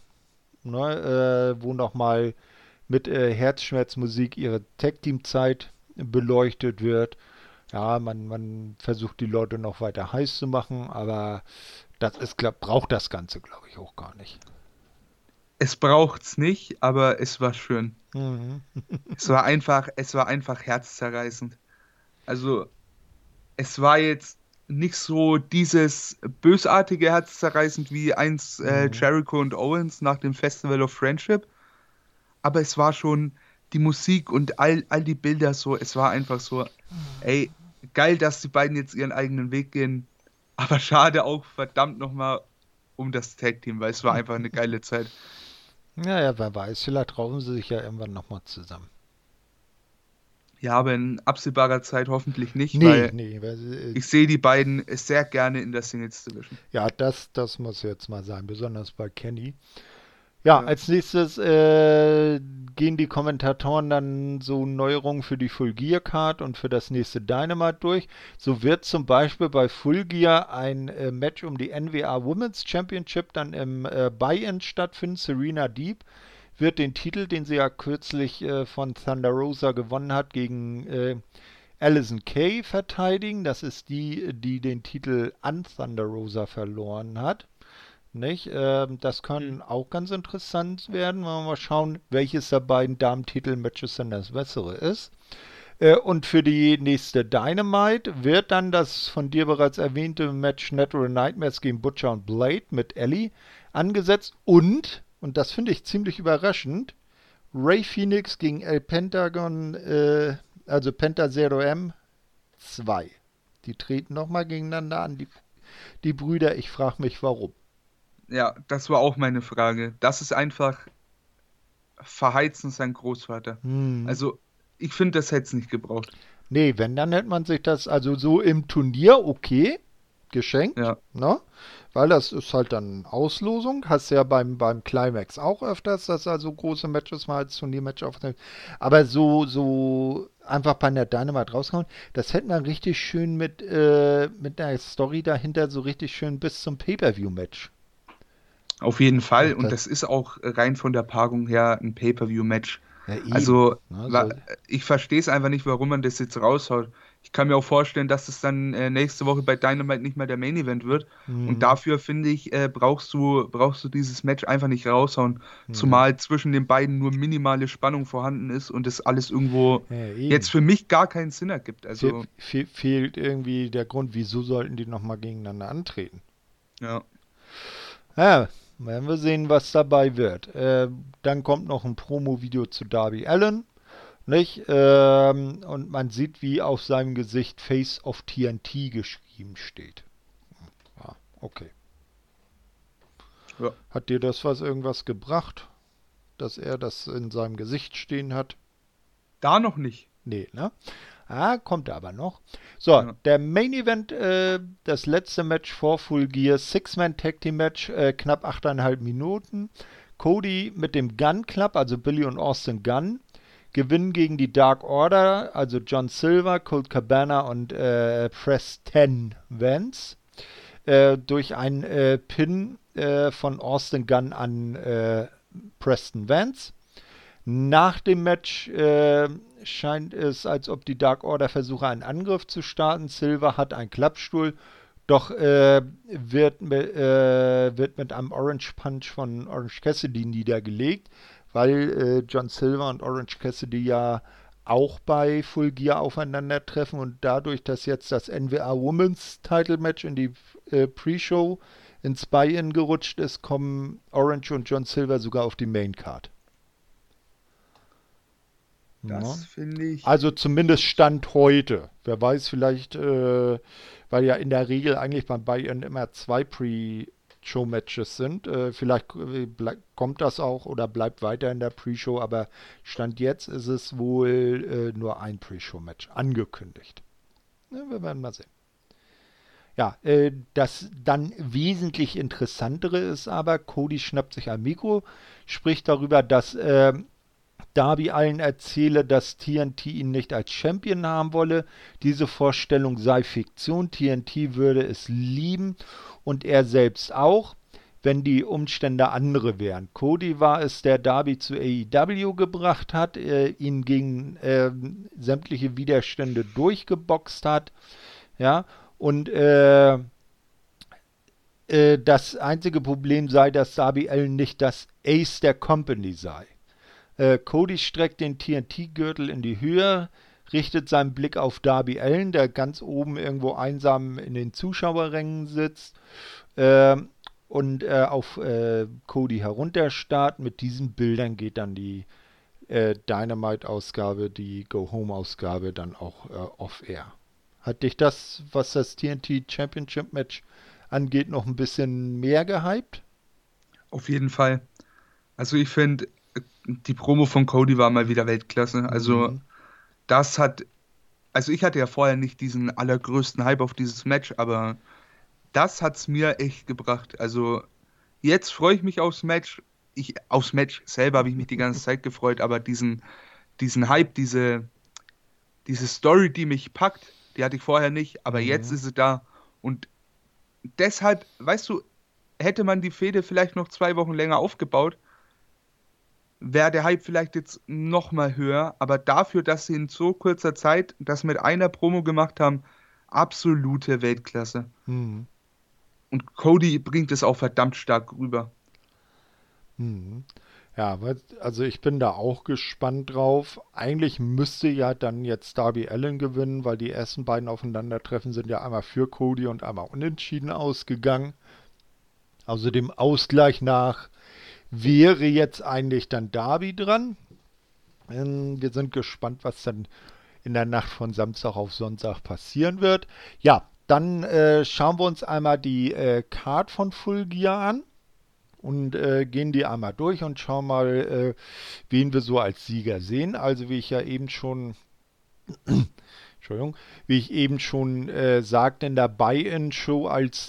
ne, wo nochmal mit Herzschmerzmusik ihre Tag-Team-Zeit beleuchtet wird. Ja, man versucht die Leute noch weiter heiß zu machen, aber braucht das Ganze, glaube ich, auch gar nicht. Es braucht's nicht, aber es war schön. Mhm. Es war einfach herzzerreißend. Also, es war jetzt nicht so dieses bösartige herzzerreißend wie einst Mhm. Jericho und Owens nach dem Festival of Friendship, aber es war schon die Musik und all die Bilder so, es war einfach so, ey, geil, dass die beiden jetzt ihren eigenen Weg gehen. Aber schade auch verdammt nochmal um das Tag-Team, weil es war einfach eine geile Zeit. Naja, wer weiß, vielleicht raufen sie sich ja irgendwann nochmal zusammen. Ja, aber in absehbarer Zeit hoffentlich nicht, Nee, weil nee. ich sehe die beiden sehr gerne in der Singles Division. Ja, das muss jetzt mal sein, besonders bei Kenny. Ja, Ja. als nächstes gehen die Kommentatoren dann so Neuerungen für die Full Gear Card und für das nächste Dynamite durch. So wird zum Beispiel bei Full Gear ein Match um die NWA Women's Championship dann im Buy-In stattfinden. Serena Deeb wird den Titel, den sie ja kürzlich von Thunder Rosa gewonnen hat, gegen Allysin Kay verteidigen. Das ist die den Titel an Thunder Rosa verloren hat. Nicht? Das Hm. kann auch ganz interessant werden. Wollen wir mal schauen, welches der beiden Damen-Titel-Matches dann das bessere ist. Und für die nächste Dynamite wird dann das von dir bereits erwähnte Match Natural Nightmares gegen Butcher und Blade mit Ellie angesetzt. Und das finde ich ziemlich überraschend, Ray Phoenix gegen El Pentagon, also Penta Zero M 2. Die treten nochmal gegeneinander an, die Brüder. Ich frage mich, warum. Ja, das war auch meine Frage. Das ist einfach verheizen sein Großvater. Hm. Also, ich finde, das hätte es nicht gebraucht. Nee, wenn, dann hätte man sich das also so im Turnier okay geschenkt, Ja, ne? Weil das ist halt dann Auslosung. Hast ja beim Climax auch öfters, dass also große Matches mal als Turniermatch aufnehmen. Aber so einfach bei der Dynamite raushauen, das hätte man richtig schön mit einer Story dahinter so richtig schön bis zum Pay-Per-View-Match. auf jeden Fall. Und Das, das ist auch rein von der Paarung her ein Pay-Per-View-Match. ja, eben. Also, Ne, so, ich verstehe es einfach nicht, warum man das jetzt raushaut. Ich kann mir auch vorstellen, dass es dann nächste Woche bei Dynamite nicht mehr der Main Event wird. Und hm, dafür, finde ich, brauchst du dieses Match einfach nicht raushauen. ne, Zumal zwischen den beiden nur minimale Spannung vorhanden ist und es alles irgendwo ja, jetzt eben. für mich gar keinen Sinn ergibt. Also, Fehlt irgendwie der Grund, wieso sollten die nochmal gegeneinander antreten. ja. Ja, werden wir sehen, was dabei wird. Dann kommt noch ein Promo-Video zu Darby Allin, nicht? Und man sieht, wie auf seinem Gesicht Face of TNT geschrieben steht. Ja, okay. Ja. Hat dir das irgendwas gebracht, dass er das in seinem Gesicht stehen hat? Da noch nicht. Nee, ne? Ah, kommt aber noch. So, Ja. der Main Event, das letzte Match vor Full Gear, Six-Man Tag Team Match, knapp 8,5 Minuten. Cody mit dem Gun Club, also Billy und Austin Gunn, gewinnen gegen die Dark Order, also John Silver, Colt Cabana und Preston Vance, durch einen Pin von Austin Gunn an Preston Vance. Nach dem Match scheint es, als ob die Dark Order versuche, einen Angriff zu starten. Silver hat einen Klappstuhl, doch wird mit einem Orange Punch von Orange Cassidy niedergelegt, weil John Silver und Orange Cassidy ja auch bei Full Gear aufeinandertreffen und dadurch, dass jetzt das NWA Women's Title Match in die Pre-Show ins Buy-In gerutscht ist, kommen Orange und John Silver sogar auf die Main Card. Ja. Das finde ich. Also zumindest Stand heute. Wer weiß, vielleicht, weil ja in der Regel eigentlich beim Buy-In immer zwei Pre-Show-Matches sind. Vielleicht kommt das auch oder bleibt weiter in der Pre-Show, aber Stand jetzt ist es wohl nur ein Pre-Show-Match angekündigt. Ja, wir werden mal sehen. Ja, das dann wesentlich interessantere ist aber, Cody schnappt sich ein Mikro, spricht darüber, dass Darby allen erzähle, dass TNT ihn nicht als Champion haben wolle. Diese Vorstellung sei Fiktion. TNT würde es lieben und er selbst auch, wenn die Umstände andere wären. Cody war es, der Darby zu AEW gebracht hat, ihn gegen sämtliche Widerstände durchgeboxt hat. Ja, und das einzige Problem sei, dass Darby Allin nicht das Ace der Company sei. Cody streckt den TNT-Gürtel in die Höhe, richtet seinen Blick auf Darby Allin, der ganz oben irgendwo einsam in den Zuschauerrängen sitzt, äh, und auf Cody herunterstarrt. Mit diesen Bildern geht dann die Dynamite-Ausgabe, die Go-Home-Ausgabe dann auch off-air. Hat dich das, was das TNT Championship Match angeht, noch ein bisschen mehr gehypt? Auf jeden Fall. Also ich finde, die Promo von Cody war mal wieder Weltklasse. Also Mhm. das hat, also ich hatte ja vorher nicht diesen allergrößten Hype auf dieses Match, aber das hat's mir echt gebracht. Also jetzt freue ich mich aufs Match. Aufs Match selber habe ich mich die ganze Zeit gefreut, aber diesen Hype, diese Story, die mich packt, die hatte ich vorher nicht, aber jetzt Mhm. ist sie da. Und deshalb, weißt du, hätte man die Fehde vielleicht noch 2 Wochen länger aufgebaut, wäre der Hype vielleicht jetzt noch mal höher, aber dafür, dass sie in so kurzer Zeit das mit einer Promo gemacht haben, absolute Weltklasse. Mhm. Und Cody bringt es auch verdammt stark rüber. Mhm. Ja, also ich bin da auch gespannt drauf. Eigentlich müsste ja dann jetzt Darby Allin gewinnen, weil die ersten beiden Aufeinandertreffen sind ja einmal für Cody und einmal unentschieden ausgegangen. Also dem Ausgleich nach wäre jetzt eigentlich dann Darby dran. Wir sind gespannt, was dann in der Nacht von Samstag auf Sonntag passieren wird. Ja, dann schauen wir uns einmal die Card von Full Gear an und gehen die einmal durch und schauen mal, wen wir so als Sieger sehen. Also wie ich ja eben schon, Entschuldigung, wie ich eben schon sagte, in der Buy-In-Show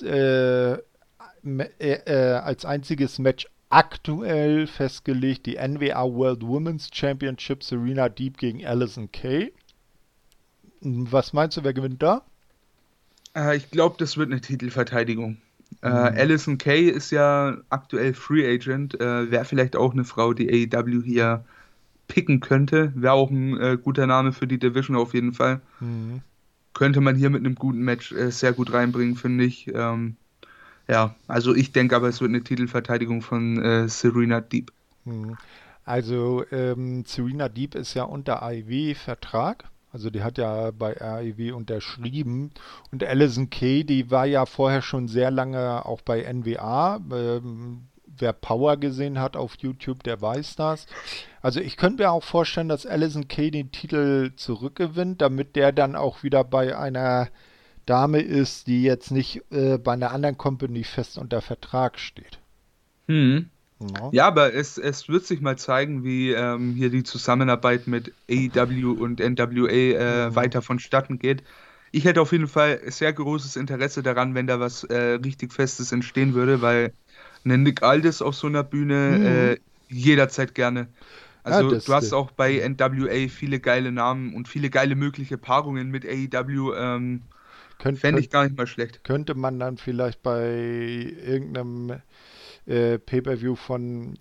als einziges Match aktuell festgelegt die NWA World Women's Championship Serena Deeb gegen Allysin Kay. Was meinst du, wer gewinnt da? Ich glaube, das wird eine Titelverteidigung. Hm, Allysin Kay ist ja aktuell Free Agent. Wäre vielleicht auch eine Frau, die AEW hier picken könnte. Wäre auch ein guter Name für die Division auf jeden Fall. hm, Könnte man hier mit einem guten Match sehr gut reinbringen, finde ich. Ja, also ich denke aber, es wird eine Titelverteidigung von Serena Deeb. hm. Also Serena Deeb ist ja unter AEW-Vertrag. Also die hat ja bei AEW unterschrieben. Und Allysin Kay, die war ja vorher schon sehr lange auch bei NWA. Wer Power gesehen hat auf YouTube, der weiß das. Also ich könnte mir auch vorstellen, dass Allysin Kay den Titel zurückgewinnt, damit der dann auch wieder bei einer Dame ist, die jetzt nicht bei einer anderen Company fest unter Vertrag steht. Hm. Ja. Ja, aber es wird sich mal zeigen, wie hier die Zusammenarbeit mit AEW und NWA Mhm. weiter vonstatten geht. Ich hätte auf jeden Fall sehr großes Interesse daran, wenn da was richtig Festes entstehen würde, weil einen Nick Aldis auf so einer Bühne Mhm. jederzeit gerne. Ja, Also du das, hast auch bei NWA viele geile Namen und viele geile mögliche Paarungen mit AEW. könnt, Fände ich könnt, gar nicht mal schlecht. könnte man dann vielleicht bei irgendeinem Pay-Per-View von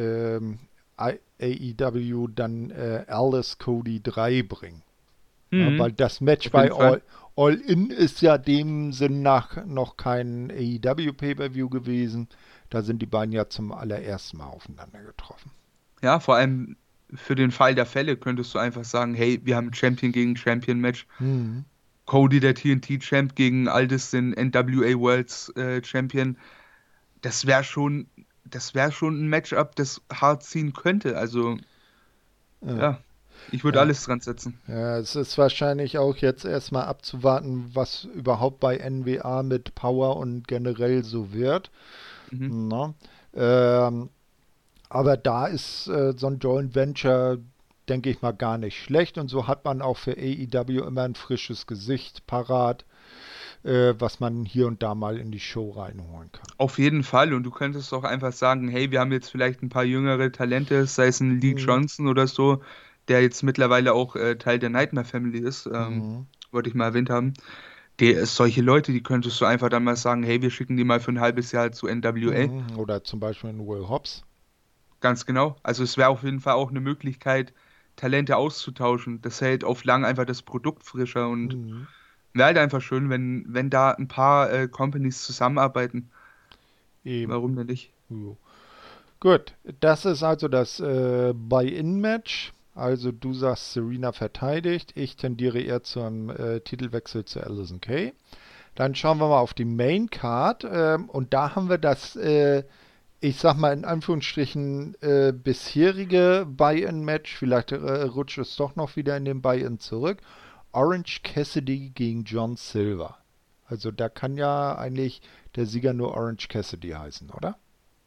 AEW dann Alice Cody 3 bringen. Ja, weil Mhm, das Match auf jeden bei Fall. All In ist ja dem Sinn nach noch kein AEW Pay-Per-View gewesen. Da sind die beiden ja zum allerersten Mal aufeinander getroffen. Ja, vor allem für den Fall der Fälle könntest du einfach sagen, hey, wir haben ein Champion gegen Champion Match. Mhm. Cody, der TNT-Champ, gegen Aldis, den NWA Worlds Champion. Das wäre schon ein Matchup, das hart ziehen könnte. Also, Ja, ja, ich würde ja. alles dran setzen. Ja, es ist wahrscheinlich auch jetzt erstmal abzuwarten, was überhaupt bei NWA mit Power und generell so wird. Mhm. Na? Ähm, aber da ist so ein Joint Venture, denke ich mal, gar nicht schlecht. Und so hat man auch für AEW immer ein frisches Gesicht parat, was man hier und da mal in die Show reinholen kann. Auf jeden Fall. Und du könntest auch einfach sagen, hey, wir haben jetzt vielleicht ein paar jüngere Talente, sei es ein Lee Mhm. Johnson oder so, der jetzt mittlerweile auch Teil der Nightmare Family ist, Mhm. wollte ich mal erwähnt haben. Solche Leute, die könntest du einfach dann mal sagen, hey, wir schicken die mal für ein halbes Jahr zu NWA. Mhm. Oder zum Beispiel in Will Hobbs. Ganz genau. Also es wäre auf jeden Fall auch eine Möglichkeit, Talente auszutauschen. Das hält auf lang einfach das Produkt frischer und Mhm. wäre halt einfach schön, wenn da ein paar Companies zusammenarbeiten. Eben. Warum denn nicht? Jo. Gut, das ist also das Buy-In-Match. Also du sagst, Serena verteidigt. Ich tendiere eher zum Titelwechsel zu Allysin Kay. Dann schauen wir mal auf die Main Card. Und da haben wir das, ich sag mal in Anführungsstrichen, bisherige Buy-In-Match. Vielleicht rutscht es doch noch wieder in den Buy-In zurück. Orange Cassidy gegen John Silver. Also da kann ja eigentlich der Sieger nur Orange Cassidy heißen, oder?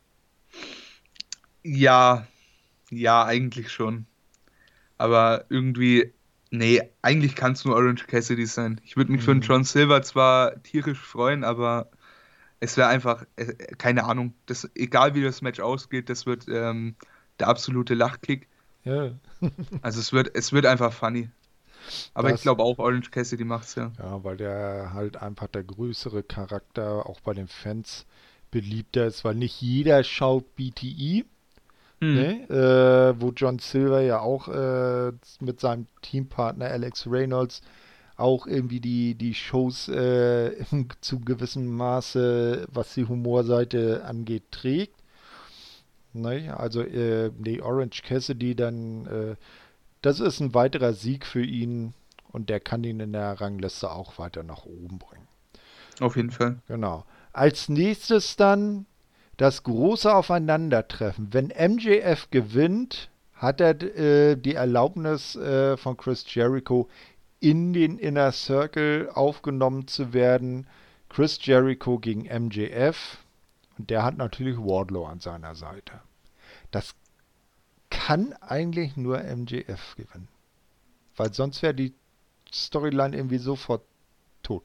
Ja, ja, eigentlich schon. Aber irgendwie, nee, eigentlich kann es nur Orange Cassidy sein. Ich würde mich für einen Hm. John Silver zwar tierisch freuen, aber es wäre einfach, keine Ahnung, egal wie das Match ausgeht, das wird der absolute Lachkick. Ja, Also es wird einfach funny. Aber ich das, glaube auch Orange Cassidy macht's ja. ja, weil der halt einfach der größere Charakter auch bei den Fans beliebter ist, weil nicht jeder schaut BTE, Hm. ne? Wo John Silver ja auch mit seinem Teampartner Alex Reynolds auch irgendwie die Shows zu gewissem Maße, was die Humorseite angeht, trägt. Ne? Also, nee, Orange Cassidy dann, das ist ein weiterer Sieg für ihn und der kann ihn in der Rangliste auch weiter nach oben bringen. Auf jeden Fall. Genau. Als nächstes dann das große Aufeinandertreffen. Wenn MJF gewinnt, hat er die Erlaubnis von Chris Jericho in den Inner Circle aufgenommen zu werden. Chris Jericho gegen MJF und der hat natürlich Wardlow an seiner Seite. Das kann eigentlich nur MJF gewinnen, weil sonst wäre die Storyline irgendwie sofort tot.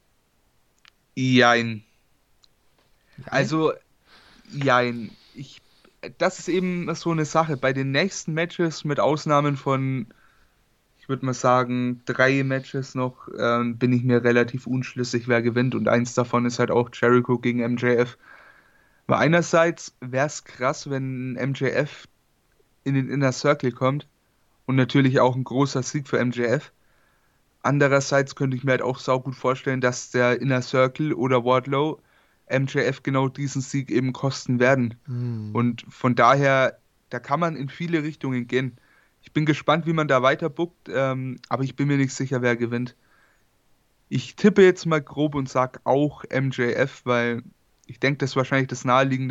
Jein. Nein? Also, jein. Das ist eben so eine Sache. Bei den nächsten Matches, mit Ausnahmen von, ich würde mal sagen, 3 Matches noch, bin ich mir relativ unschlüssig, wer gewinnt. Und eins davon ist halt auch Jericho gegen MJF. Weil einerseits wäre es krass, wenn MJF in den Inner Circle kommt und natürlich auch ein großer Sieg für MJF. Andererseits könnte ich mir halt auch saugut vorstellen, dass der Inner Circle oder Wardlow MJF genau diesen Sieg eben kosten werden. Hm. Und von daher, da kann man in viele Richtungen gehen. Ich bin gespannt, wie man da weiter bookt, aber ich bin mir nicht sicher, wer gewinnt. Ich tippe jetzt mal grob und sag auch MJF, weil ich denke, das ist wahrscheinlich das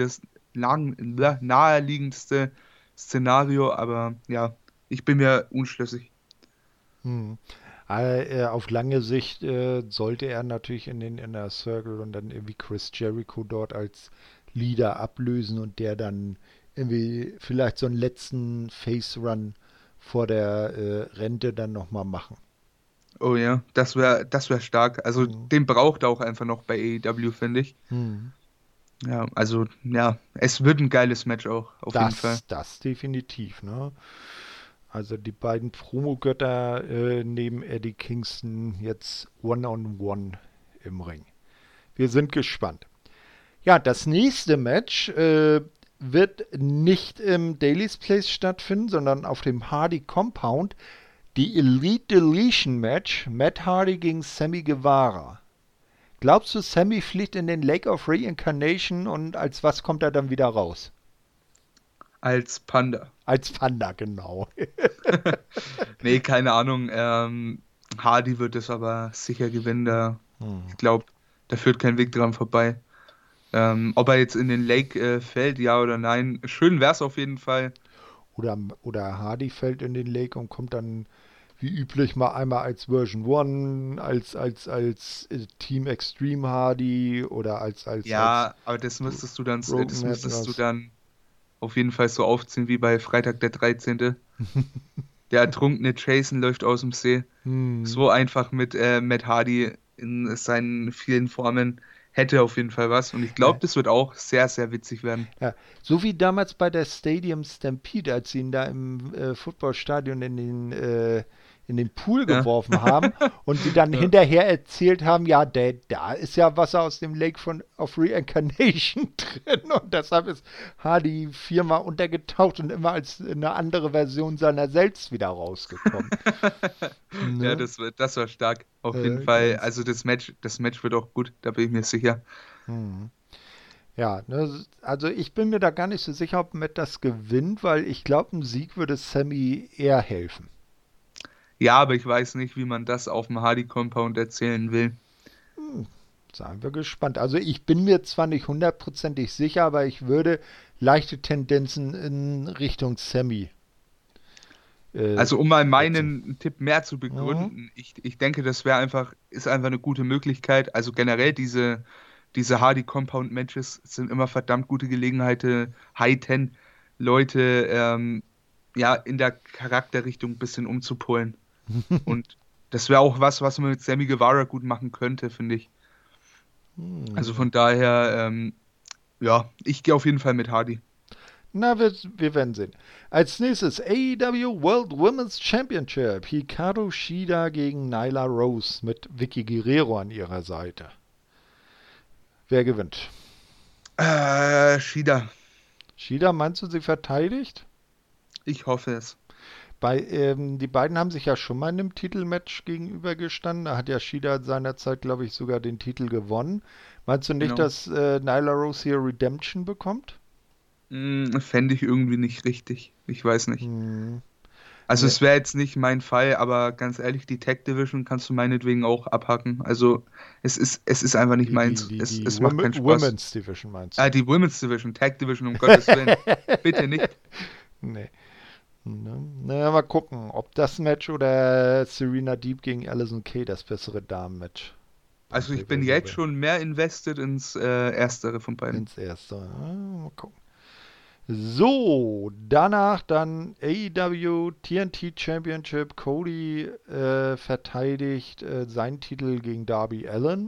naheliegendste Szenario, aber ja, ich bin mir unschlüssig. Hm. Auf lange Sicht sollte er natürlich in den Inner Circle und dann irgendwie Chris Jericho dort als Leader ablösen und der dann irgendwie vielleicht so einen letzten Face-Run vor der Rente dann nochmal machen. Oh ja, das wär stark. Also Hm. den braucht er auch einfach noch bei AEW, finde ich. Hm. Ja, also ja, es wird ein geiles Match auch, auf jeden Fall. Das definitiv, ne? Also die beiden Promo-Götter neben Eddie Kingston jetzt One-on-One im Ring. Wir sind gespannt. Ja, das nächste Match wird nicht im Daily's Place stattfinden, sondern auf dem Hardy Compound. Die Elite Deletion Match, Matt Hardy gegen Sammy Guevara. Glaubst du, Sammy fliegt in den Lake of Reincarnation und als was kommt er dann wieder raus? Als Panda. Als Panda, genau. Nee, keine Ahnung. Hardy wird es aber sicher gewinnen. Hm. Ich glaube, da führt kein Weg dran vorbei. Ob er jetzt in den Lake fällt, ja oder nein. Schön wäre es auf jeden Fall. Oder Hardy fällt in den Lake und kommt dann wie üblich mal einmal als Version 1, als Team Extreme Hardy oder als Ja, aber das Broken müsstest du etwas. dann auf jeden Fall so aufziehen wie bei Freitag der 13. Der ertrunkene Jason läuft aus dem See. Hm. So einfach mit Matt Hardy in seinen vielen Formen hätte auf jeden Fall was. Und ich glaube, Ja, das wird auch sehr, sehr witzig werden. ja. So wie damals bei der Stadium Stampede, als sie ihn da im Footballstadion in den Pool Ja. geworfen haben und sie dann Ja. hinterher erzählt haben, ja, da ist ja Wasser aus dem Lake of Reincarnation drin und deshalb ist Hardy viermal untergetaucht und immer als eine andere Version seiner selbst wieder rausgekommen. Ja, Ne? das war stark. Auf jeden Fall. Ganz. Also das Match wird auch gut, da bin ich mir sicher. Hm. Ja, ne, also ich bin mir da gar nicht so sicher, ob Matt das gewinnt, weil ich glaube, ein Sieg würde Sammy eher helfen. Ja, aber ich weiß nicht, wie man das auf dem Hardy Compound erzählen will. Hm, seien wir gespannt. Also ich bin mir zwar nicht hundertprozentig sicher, aber ich würde leichte Tendenzen in Richtung Sammy Also um mal meinen Tipp mehr zu begründen, ich denke, das ist einfach eine gute Möglichkeit. Also generell diese Hardy Compound Matches sind immer verdammt gute Gelegenheiten, High Ten Leute in der Charakterrichtung ein bisschen umzupolen. Und das wäre auch was man mit Sammy Guevara gut machen könnte, finde ich. Also von daher, ich gehe auf jeden Fall mit Hardy. Na, wir werden sehen. Als nächstes AEW World Women's Championship. Hikaru Shida gegen Nyla Rose mit Vicky Guerrero an ihrer Seite. Wer gewinnt? Shida. Shida, meinst du, sie verteidigt? Ich hoffe es. Die beiden haben sich ja schon mal in einem Titelmatch gegenübergestanden. Da hat ja Shida seinerzeit, glaube ich, sogar den Titel gewonnen. Meinst du nicht, dass Nyla Rose hier Redemption bekommt? Fände ich irgendwie nicht richtig. Ich weiß nicht. Also es wäre jetzt nicht mein Fall, aber ganz ehrlich, die Tag Division kannst du meinetwegen auch abhaken. Also es ist einfach nicht meins. Es macht keinen Spaß. Women's Division meinst du? Die Women's Division, Tag Division, um Gottes Willen. Bitte nicht. Nee. Na, mal gucken, ob das Match oder Serena Deeb gegen Allysin Kay das bessere Damenmatch. Also ich bin jetzt schon mehr invested ins Erstere von beiden. Ins Erstere. Mal gucken. So, danach dann AEW TNT Championship. Cody verteidigt seinen Titel gegen Darby Allin.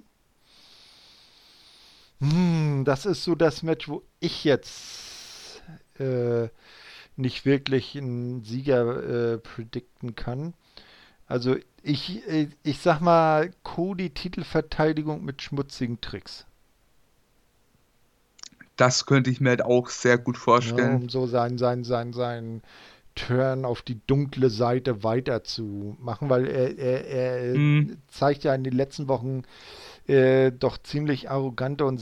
Das ist so das Match, wo ich jetzt nicht wirklich einen Sieger predikten kann. Also ich sag mal, Cody Titelverteidigung mit schmutzigen Tricks. Das könnte ich mir halt auch sehr gut vorstellen. Ja, um so sein Turn auf die dunkle Seite weiterzumachen, weil er zeigt ja in den letzten Wochen doch ziemlich arrogante und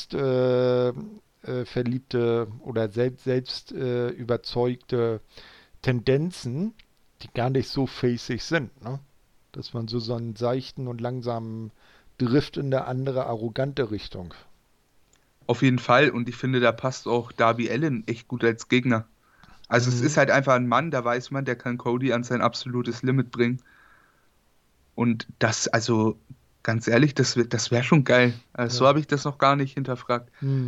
verliebte oder selbst überzeugte Tendenzen, die gar nicht so faceig sind, ne? Dass man so einen seichten und langsamen Drift in eine andere arrogante Richtung. Auf jeden Fall, und ich finde, da passt auch Darby Allin echt gut als Gegner. Also es ist halt einfach ein Mann, da weiß man, der kann Cody an sein absolutes Limit bringen. Und das, also ganz ehrlich, das wäre schon geil. Also so habe ich das noch gar nicht hinterfragt.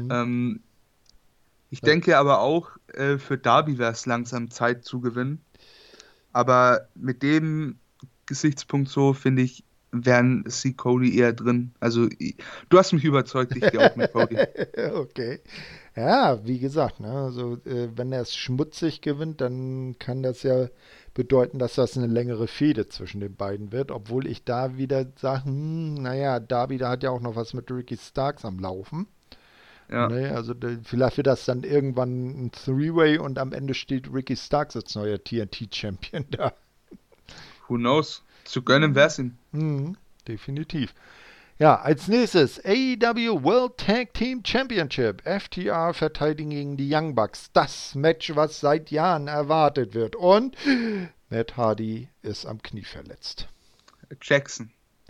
Ich denke aber auch, für Darby wäre es langsam Zeit zu gewinnen. Aber mit dem Gesichtspunkt so, finde ich, wären sie Cody eher drin. Also du hast mich überzeugt, ich gehe auch mit Cody. Okay. Ja, wie gesagt, ne, also wenn er es schmutzig gewinnt, dann kann das ja bedeuten, dass das eine längere Fehde zwischen den beiden wird, obwohl ich da wieder sage, naja, Darby, da hat ja auch noch was mit Ricky Starks am Laufen. Ja. Ne, also vielleicht wird das dann irgendwann ein Three-Way und am Ende steht Ricky Starks als neuer TNT-Champion da. Who knows? Zu gönnen wär's ihm. Definitiv. Ja, als nächstes AEW World Tag Team Championship. FTR verteidigen gegen die Young Bucks. Das Match, was seit Jahren erwartet wird. Und Matt Hardy ist am Knie verletzt. Jackson.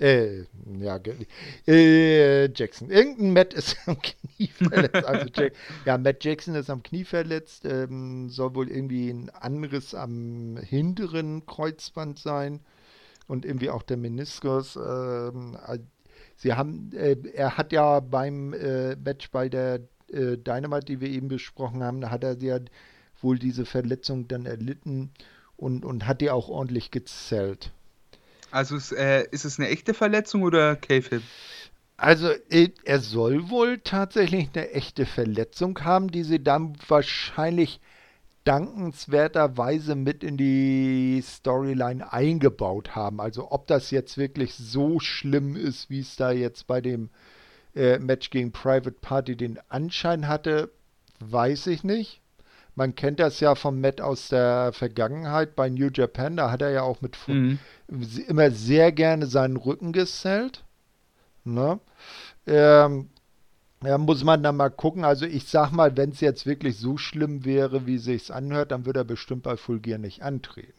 Jackson. Irgendein Matt ist am Knie verletzt. Also Matt Jackson ist am Knie verletzt. Soll wohl irgendwie ein Anriss am hinteren Kreuzband sein. Und irgendwie auch der Meniskus. Er hat ja beim Match bei der Dynamite, die wir eben besprochen haben, da hat er ja wohl diese Verletzung dann erlitten und hat die auch ordentlich gezählt. Also ist es eine echte Verletzung oder Kayfabe? Also er soll wohl tatsächlich eine echte Verletzung haben, die sie dann wahrscheinlich dankenswerterweise mit in die Storyline eingebaut haben. Also ob das jetzt wirklich so schlimm ist, wie es da jetzt bei dem Match gegen Private Party den Anschein hatte, weiß ich nicht. Man kennt das ja von Matt aus der Vergangenheit bei New Japan, da hat er ja auch mit immer sehr gerne seinen Rücken gesellt. Ne? Ja, muss man dann mal gucken. Also ich sag mal, wenn es jetzt wirklich so schlimm wäre, wie sich's anhört, dann würde er bestimmt bei Full Gear nicht antreten.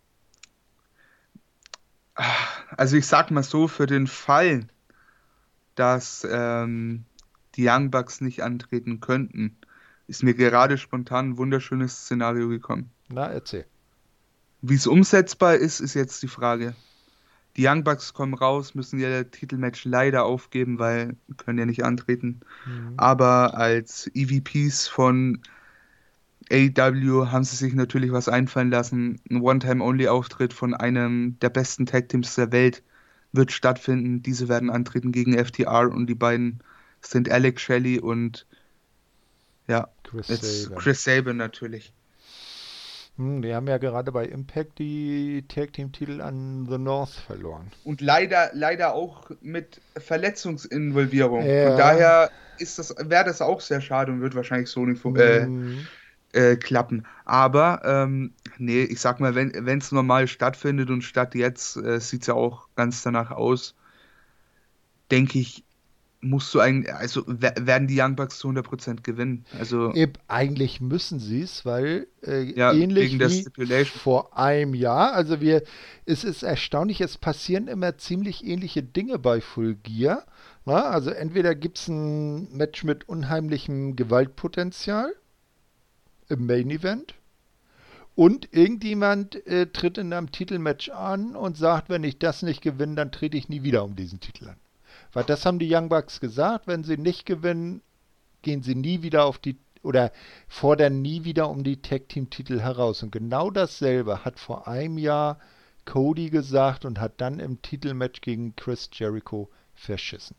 Also ich sag mal so, für den Fall, dass die Young Bucks nicht antreten könnten, ist mir gerade spontan ein wunderschönes Szenario gekommen. Na, erzähl. Wie es umsetzbar ist, ist jetzt die Frage. Die Young Bucks kommen raus, müssen ihr Titelmatch leider aufgeben, weil können ja nicht antreten. Aber als EVPs von AEW haben sie sich natürlich was einfallen lassen. Ein One-Time-Only-Auftritt von einem der besten Tag-Teams der Welt wird stattfinden. Diese werden antreten gegen FTR und die beiden sind Alex Shelley und ja, Chris Sabin natürlich. Die haben ja gerade bei Impact die Tag-Team-Titel an The North verloren. Und leider auch mit Verletzungsinvolvierung. Ja. Von daher wäre das auch sehr schade und wird wahrscheinlich so nicht klappen. Aber nee, ich sag mal, wenn es normal stattfindet und statt jetzt sieht es ja auch ganz danach aus, denke ich, musst du eigentlich, also werden die Young Bucks zu 100% gewinnen. Also eigentlich müssen sie es, weil ja, ähnlich wie vor einem Jahr, also es ist erstaunlich, es passieren immer ziemlich ähnliche Dinge bei Full Gear. Na, also entweder gibt es ein Match mit unheimlichem Gewaltpotenzial im Main Event und irgendjemand tritt in einem Titelmatch an und sagt, wenn ich das nicht gewinne, dann trete ich nie wieder um diesen Titel an. Weil das haben die Young Bucks gesagt, wenn sie nicht gewinnen, gehen sie nie wieder auf die, oder fordern nie wieder um die Tag-Team-Titel heraus. Und genau dasselbe hat vor einem Jahr Cody gesagt und hat dann im Titelmatch gegen Chris Jericho verschissen.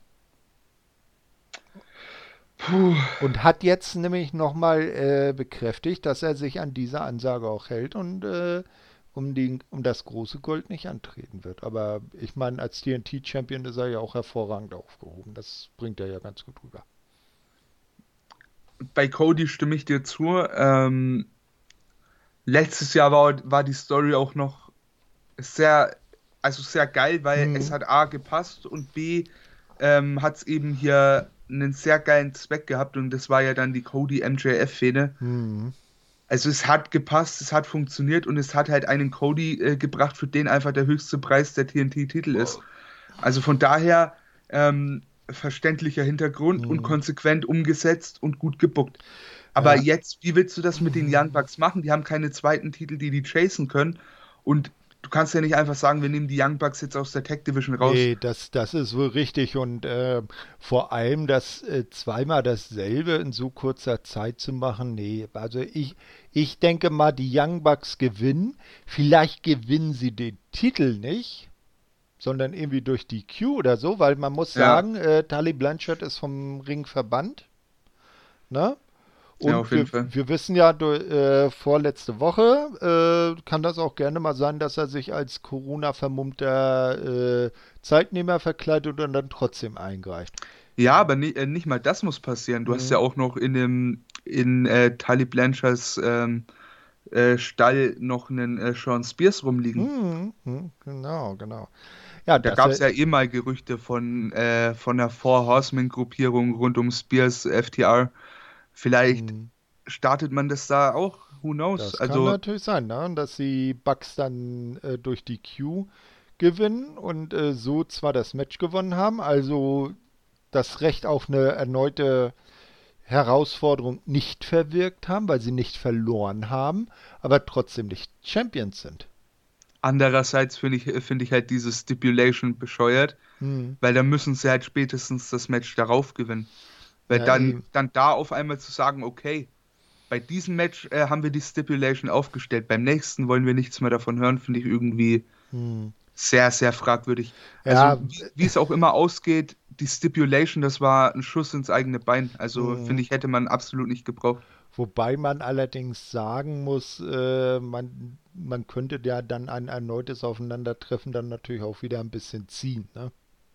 Und hat jetzt nämlich nochmal bekräftigt, dass er sich an diese Ansage auch hält und um das große Gold nicht antreten wird. Aber ich meine, als TNT-Champion ist er ja auch hervorragend aufgehoben. Das bringt er ja ganz gut rüber. Bei Cody stimme ich dir zu. Letztes Jahr war die Story auch noch sehr geil, weil es hat A gepasst und B hat es eben hier einen sehr geilen Zweck gehabt und das war ja dann die Cody-MJF-Fehde. Also es hat gepasst, es hat funktioniert und es hat halt einen Cody gebracht, für den einfach der höchste Preis der TNT-Titel ist. Also von daher verständlicher Hintergrund und konsequent umgesetzt und gut gebuckt. Aber jetzt, wie willst du das mit den Young Bucks machen? Die haben keine zweiten Titel, die chasen können und du kannst ja nicht einfach sagen, wir nehmen die Young Bucks jetzt aus der Tag Division raus. Nee, das ist wohl richtig und vor allem das zweimal dasselbe in so kurzer Zeit zu machen, nee, also ich denke mal, die Young Bucks gewinnen, vielleicht gewinnen sie den Titel nicht, sondern irgendwie durch die Q oder so, weil man muss sagen, Tully Blanchard ist vom Ring verbannt, ne? Und ja, auf jeden Fall. Wir wissen ja, vorletzte Woche kann das auch gerne mal sein, dass er sich als Corona-vermummter Zeitnehmer verkleidet und dann trotzdem eingreift. Ja, aber nicht mal das muss passieren. Du hast ja auch noch in Tully Blanchards Stall noch einen Sean Spears rumliegen. Genau. Ja, da gab es ja mal Gerüchte von der Four Horsemen-Gruppierung rund um Spears, FTR. Vielleicht startet man das da auch, who knows? Das kann natürlich sein, ne? Dass die Bucks dann durch die Q gewinnen und so zwar das Match gewonnen haben, also das Recht auf eine erneute Herausforderung nicht verwirkt haben, weil sie nicht verloren haben, aber trotzdem nicht Champions sind. Andererseits finde ich halt diese Stipulation bescheuert, weil dann müssen sie halt spätestens das Match darauf gewinnen. Weil dann da auf einmal zu sagen, okay, bei diesem Match haben wir die Stipulation aufgestellt, beim nächsten wollen wir nichts mehr davon hören, finde ich irgendwie sehr, sehr fragwürdig. Ja. Also wie es auch immer ausgeht, die Stipulation, das war ein Schuss ins eigene Bein. Also finde ich, hätte man absolut nicht gebraucht. Wobei man allerdings sagen muss, man könnte ja dann ein erneutes Aufeinandertreffen dann natürlich auch wieder ein bisschen ziehen, ne?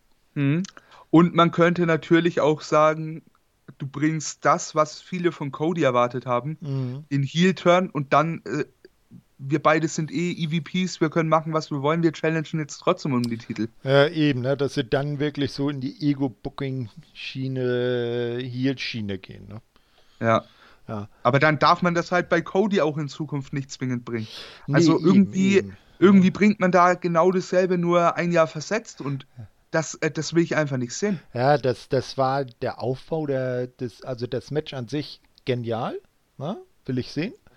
Und man könnte natürlich auch sagen, du bringst das, was viele von Cody erwartet haben, in Heel-Turn und dann, wir beide sind EVPs, wir können machen, was wir wollen, wir challengen jetzt trotzdem um die Titel. Ja, eben, ne, dass sie dann wirklich so in die Ego-Booking-Schiene, Heel-Schiene gehen, ne? Ja. Aber dann darf man das halt bei Cody auch in Zukunft nicht zwingend bringen. Nee, also eben. irgendwie bringt man da genau dasselbe, nur ein Jahr versetzt und das will ich einfach nicht sehen. Ja, das war der Aufbau, also das Match an sich genial, ne? Will ich sehen.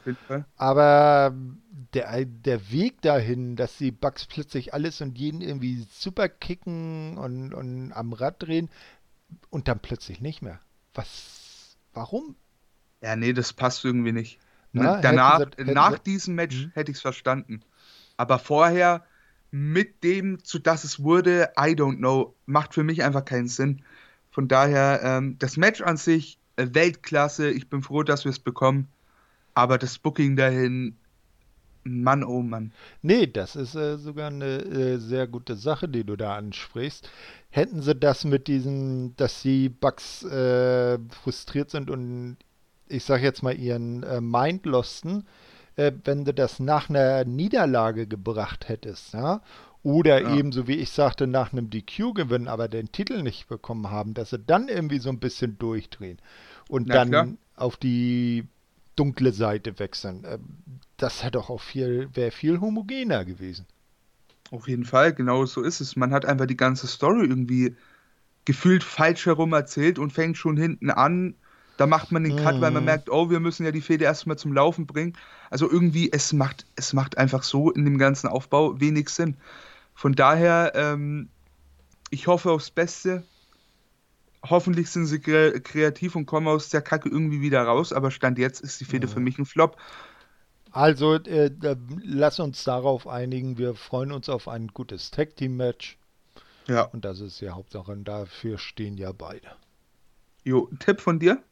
jeden Fall. Aber der Weg dahin, dass die Bucks plötzlich alles und jeden irgendwie super kicken und am Rad drehen und dann plötzlich nicht mehr. Warum? Ja, nee, das passt irgendwie nicht. Na, Nach diesem Match hätte ich es verstanden. Aber vorher, mit dem, zu das es wurde, I don't know, macht für mich einfach keinen Sinn. Von daher, das Match an sich, Weltklasse, ich bin froh, dass wir es bekommen. Aber das Booking dahin, Mann, oh Mann. Nee, das ist sogar eine sehr gute Sache, die du da ansprichst. Hätten sie das mit diesem, dass die Bugs frustriert sind und ich sag jetzt mal ihren Mind losten, wenn du das nach einer Niederlage gebracht hättest, ja, oder Ja, ebenso wie ich sagte, nach einem DQ-Gewinn, aber den Titel nicht bekommen haben, dass sie dann irgendwie so ein bisschen durchdrehen und na klar. dann auf die dunkle Seite wechseln. Das hätte doch wäre viel homogener gewesen. Auf jeden Fall, genau so ist es. Man hat einfach die ganze Story irgendwie gefühlt falsch herum erzählt und fängt schon hinten an. Da macht man den Cut, weil man Mhm. merkt, oh, wir müssen ja die Fehde erstmal zum Laufen bringen. Also irgendwie, es macht einfach so in dem ganzen Aufbau wenig Sinn. Von daher, ich hoffe aufs Beste. Hoffentlich sind sie kreativ und kommen aus der Kacke irgendwie wieder raus, aber Stand jetzt ist die Fehde für Ja. mich ein Flop. Also, lass uns darauf einigen. Wir freuen uns auf ein gutes Tag-Team-Match. Ja. Und das ist ja Hauptsache. Und dafür stehen ja beide. Jo, ein Tipp von dir?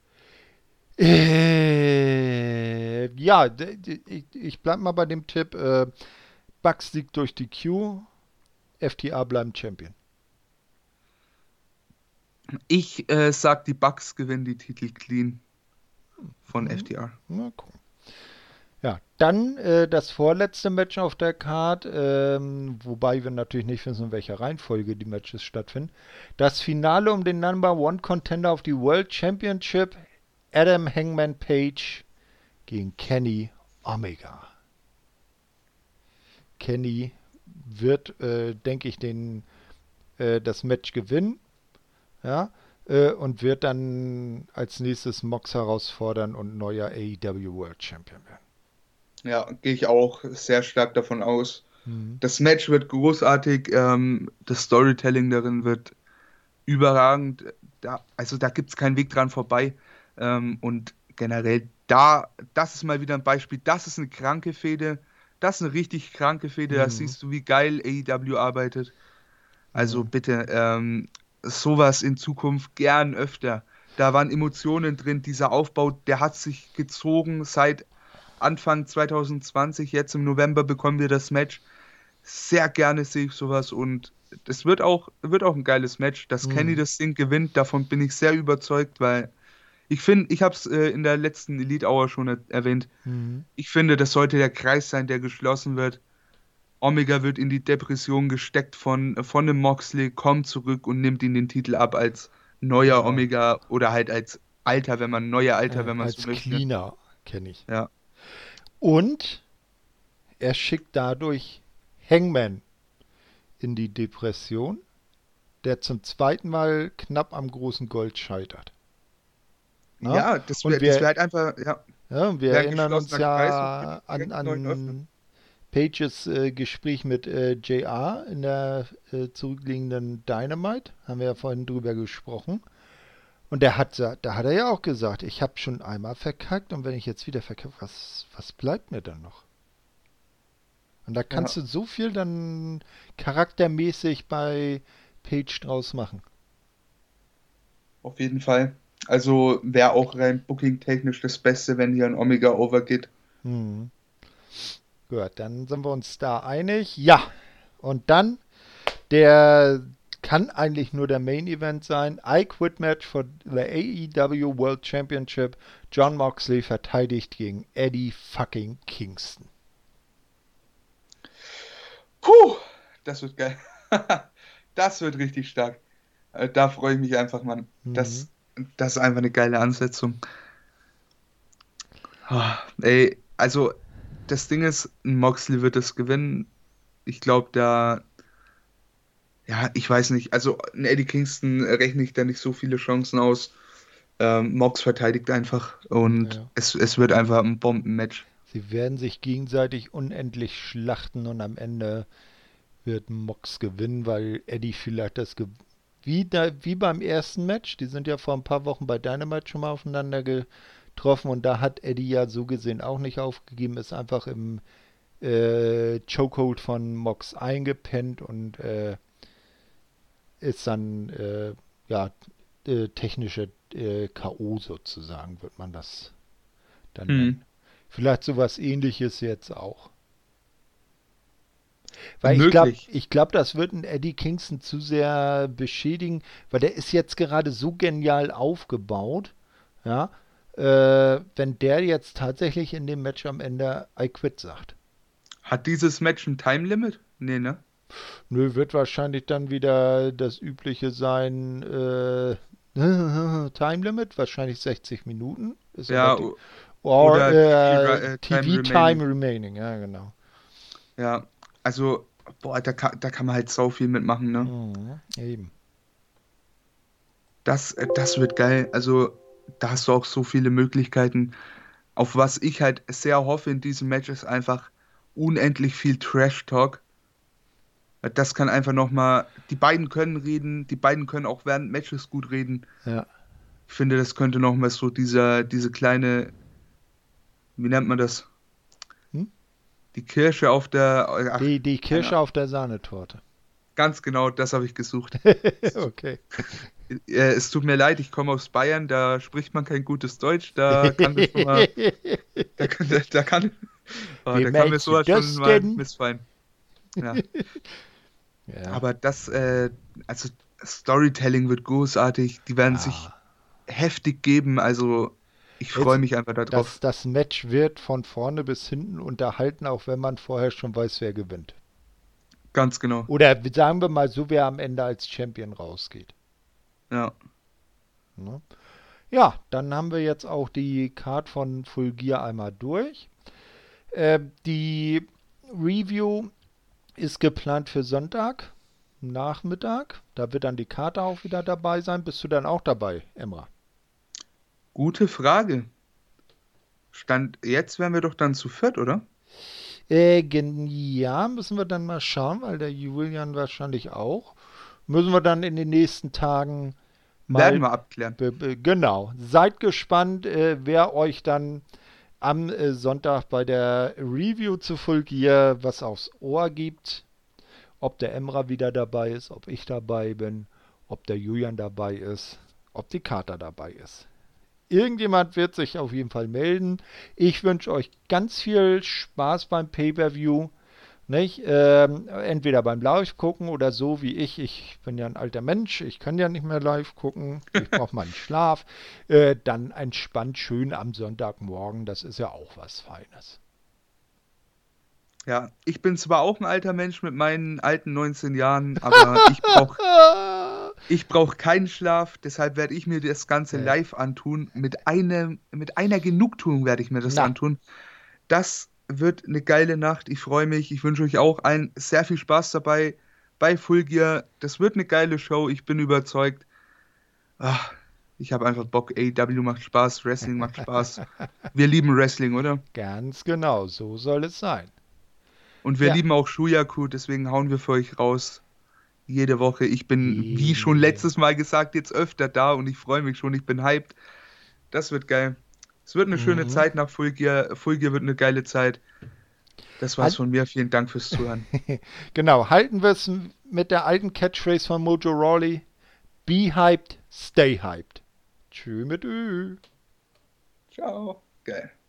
Ja, ich bleib mal bei dem Tipp. Bucks Sieg durch die Q. FTA bleiben Champion. Ich sag, die Bucks gewinnen die Titel clean von Hm, FTR. mal gucken. Ja, dann das vorletzte Match auf der Card, wobei wir natürlich nicht wissen, in welcher Reihenfolge die Matches stattfinden. Das Finale um den Number One Contender auf die World Championship, Adam Hangman Page gegen Kenny Omega. Kenny wird, denke ich, das Match gewinnen, ja, und wird dann als nächstes Mox herausfordern und neuer AEW World Champion werden. Ja, gehe ich auch sehr stark davon aus. Mhm. Das Match wird großartig, das Storytelling darin wird überragend. Da gibt es keinen Weg dran vorbei. Und generell, das ist mal wieder ein Beispiel. Das ist eine kranke Fehde. Das ist eine richtig kranke Fehde. Da Mhm. siehst du, wie geil AEW arbeitet. Also Ja. bitte, sowas in Zukunft gern öfter. Da waren Emotionen drin. Dieser Aufbau, der hat sich gezogen seit Anfang 2020. Jetzt im November bekommen wir das Match. Sehr gerne sehe ich sowas und es wird auch ein geiles Match. Dass Kenny Mhm. das Ding gewinnt, davon bin ich sehr überzeugt, weil ich finde, ich habe es in der letzten Elite Hour schon erwähnt. Mhm. Ich finde, das sollte der Kreis sein, der geschlossen wird. Omega wird in die Depression gesteckt von dem Moxley, kommt zurück und nimmt ihn den Titel ab als neuer Ja, Omega oder halt als Alter, neuer Alter, wenn man so als möchte. Cleaner kenne ich. Ja, Und er schickt dadurch Hangman in die Depression, der zum zweiten Mal knapp am großen Gold scheitert. Ja? ja, das Und wäre das wär halt einfach, ja, wir wäre ein erinnern uns geschlossener Kreis und ja gibt an, direkt einen neuen Öffner. an Pages Gespräch mit JR in der zurückliegenden Dynamite. Haben wir ja vorhin drüber gesprochen. Und da hat er ja auch gesagt, ich habe schon einmal verkackt und wenn ich jetzt wieder verkacke, was bleibt mir dann noch? Und da Ja, kannst du so viel dann charaktermäßig bei Page draus machen. auf jeden Fall. Also wäre auch rein booking-technisch das Beste, wenn hier ein Omega overgeht. Hm. Gut, dann sind wir uns da einig. Ja, und dann, der kann eigentlich nur der Main Event sein. I Quit Match for the AEW World Championship. John Moxley verteidigt gegen Eddie fucking Kingston. Puh, das wird geil. Das wird richtig stark. Da freue ich mich einfach, Mann. Hm. Das ist einfach eine geile Ansetzung. Ey, also das Ding ist, ein Moxley wird das gewinnen. Ich glaube, ja, ich weiß nicht. Also ein Eddie Kingston rechne ich da nicht so viele Chancen aus. Mox verteidigt einfach und Ja. es wird einfach ein Bombenmatch. Sie werden sich gegenseitig unendlich schlachten und am Ende wird Mox gewinnen, weil Eddie vielleicht wie beim ersten Match, die sind ja vor ein paar Wochen bei Dynamite schon mal aufeinander getroffen und da hat Eddie ja so gesehen auch nicht aufgegeben, ist einfach im Chokehold von Mox eingepennt und ist dann technische K.O. sozusagen, wird man das dann nennen. Vielleicht sowas ähnliches jetzt auch. Weil ich glaube, das wird einen Eddie Kingston zu sehr beschädigen, weil der ist jetzt gerade so genial aufgebaut, ja, wenn der jetzt tatsächlich in dem Match am Ende I quit sagt. Hat dieses Match ein Time Limit? Nee, ne? Nö, wird wahrscheinlich dann wieder das übliche sein, Time Limit, wahrscheinlich 60 Minuten. Ist ja, oder TV-Time remaining, ja, genau. Ja, also, boah, da kann man halt so viel mitmachen, ne? Eben. Das wird geil. Also, da hast du auch so viele Möglichkeiten. Auf was ich halt sehr hoffe in diesem Match ist einfach unendlich viel Trash-Talk. Das kann einfach nochmal, die beiden können reden, die beiden können auch während Matches gut reden. Ja. Ich finde, das könnte nochmal so diese kleine, wie nennt man das? Die Kirsche auf der... Die Kirsche auf der Sahnetorte. Ganz genau, das habe ich gesucht. Okay. Es tut mir leid, ich komme aus Bayern, da spricht man kein gutes Deutsch, da kann das schon mal... da kann mir sowas schon mal missfallen. Ja. Ja. Aber also Storytelling wird großartig, die werden sich heftig geben, also ich freue mich einfach darauf. Das Match wird von vorne bis hinten unterhalten, auch wenn man vorher schon weiß, wer gewinnt. Ganz genau. Oder sagen wir mal so, wer am Ende als Champion rausgeht. Ja. Ja, dann haben wir jetzt auch die Card von Full Gear einmal durch. Die Review ist geplant für Sonntag Nachmittag. Da wird dann die Karte auch wieder dabei sein. Bist du dann auch dabei, Emra? Gute Frage. Stand jetzt wären wir doch dann zu viert, oder? Ja, müssen wir dann mal schauen, weil der Julian wahrscheinlich auch. Müssen wir dann in den nächsten Tagen werden wir abklären. Genau. Seid gespannt, wer euch dann am Sonntag bei der Review zu Full Gear was aufs Ohr gibt. Ob der Emra wieder dabei ist, ob ich dabei bin, ob der Julian dabei ist, ob die Kater dabei ist. Irgendjemand wird sich auf jeden Fall melden. Ich wünsche euch ganz viel Spaß beim Pay-Per-View. Nicht? Entweder beim Live gucken oder so wie ich. Ich bin ja ein alter Mensch. Ich kann ja nicht mehr live gucken. Ich brauche meinen Schlaf. Dann entspannt schön am Sonntagmorgen. Das ist ja auch was Feines. Ja, ich bin zwar auch ein alter Mensch mit meinen alten 19 Jahren, aber ich brauch keinen Schlaf, deshalb werde ich mir das Ganze live antun. Mit einer Genugtuung werde ich mir das antun. Das wird eine geile Nacht, ich freue mich. Ich wünsche euch auch allen sehr viel Spaß dabei bei Full Gear. Das wird eine geile Show, ich bin überzeugt. Ich habe einfach Bock, AEW macht Spaß, Wrestling macht Spaß. Wir lieben Wrestling, oder? Ganz genau, so soll es sein. Und wir lieben auch Shuyaku, deswegen hauen wir für euch raus. Jede Woche. Ich bin, wie schon letztes Mal gesagt, jetzt öfter da und ich freue mich schon. Ich bin hyped. Das wird geil. Es wird eine schöne Zeit nach Full Gear. Full Gear wird eine geile Zeit. Das war's von mir. Vielen Dank fürs Zuhören. Genau. Halten wir es mit der alten Catchphrase von Mojo Rawley. Be hyped, stay hyped. Tschüss mit Ü. Ciao. Geil.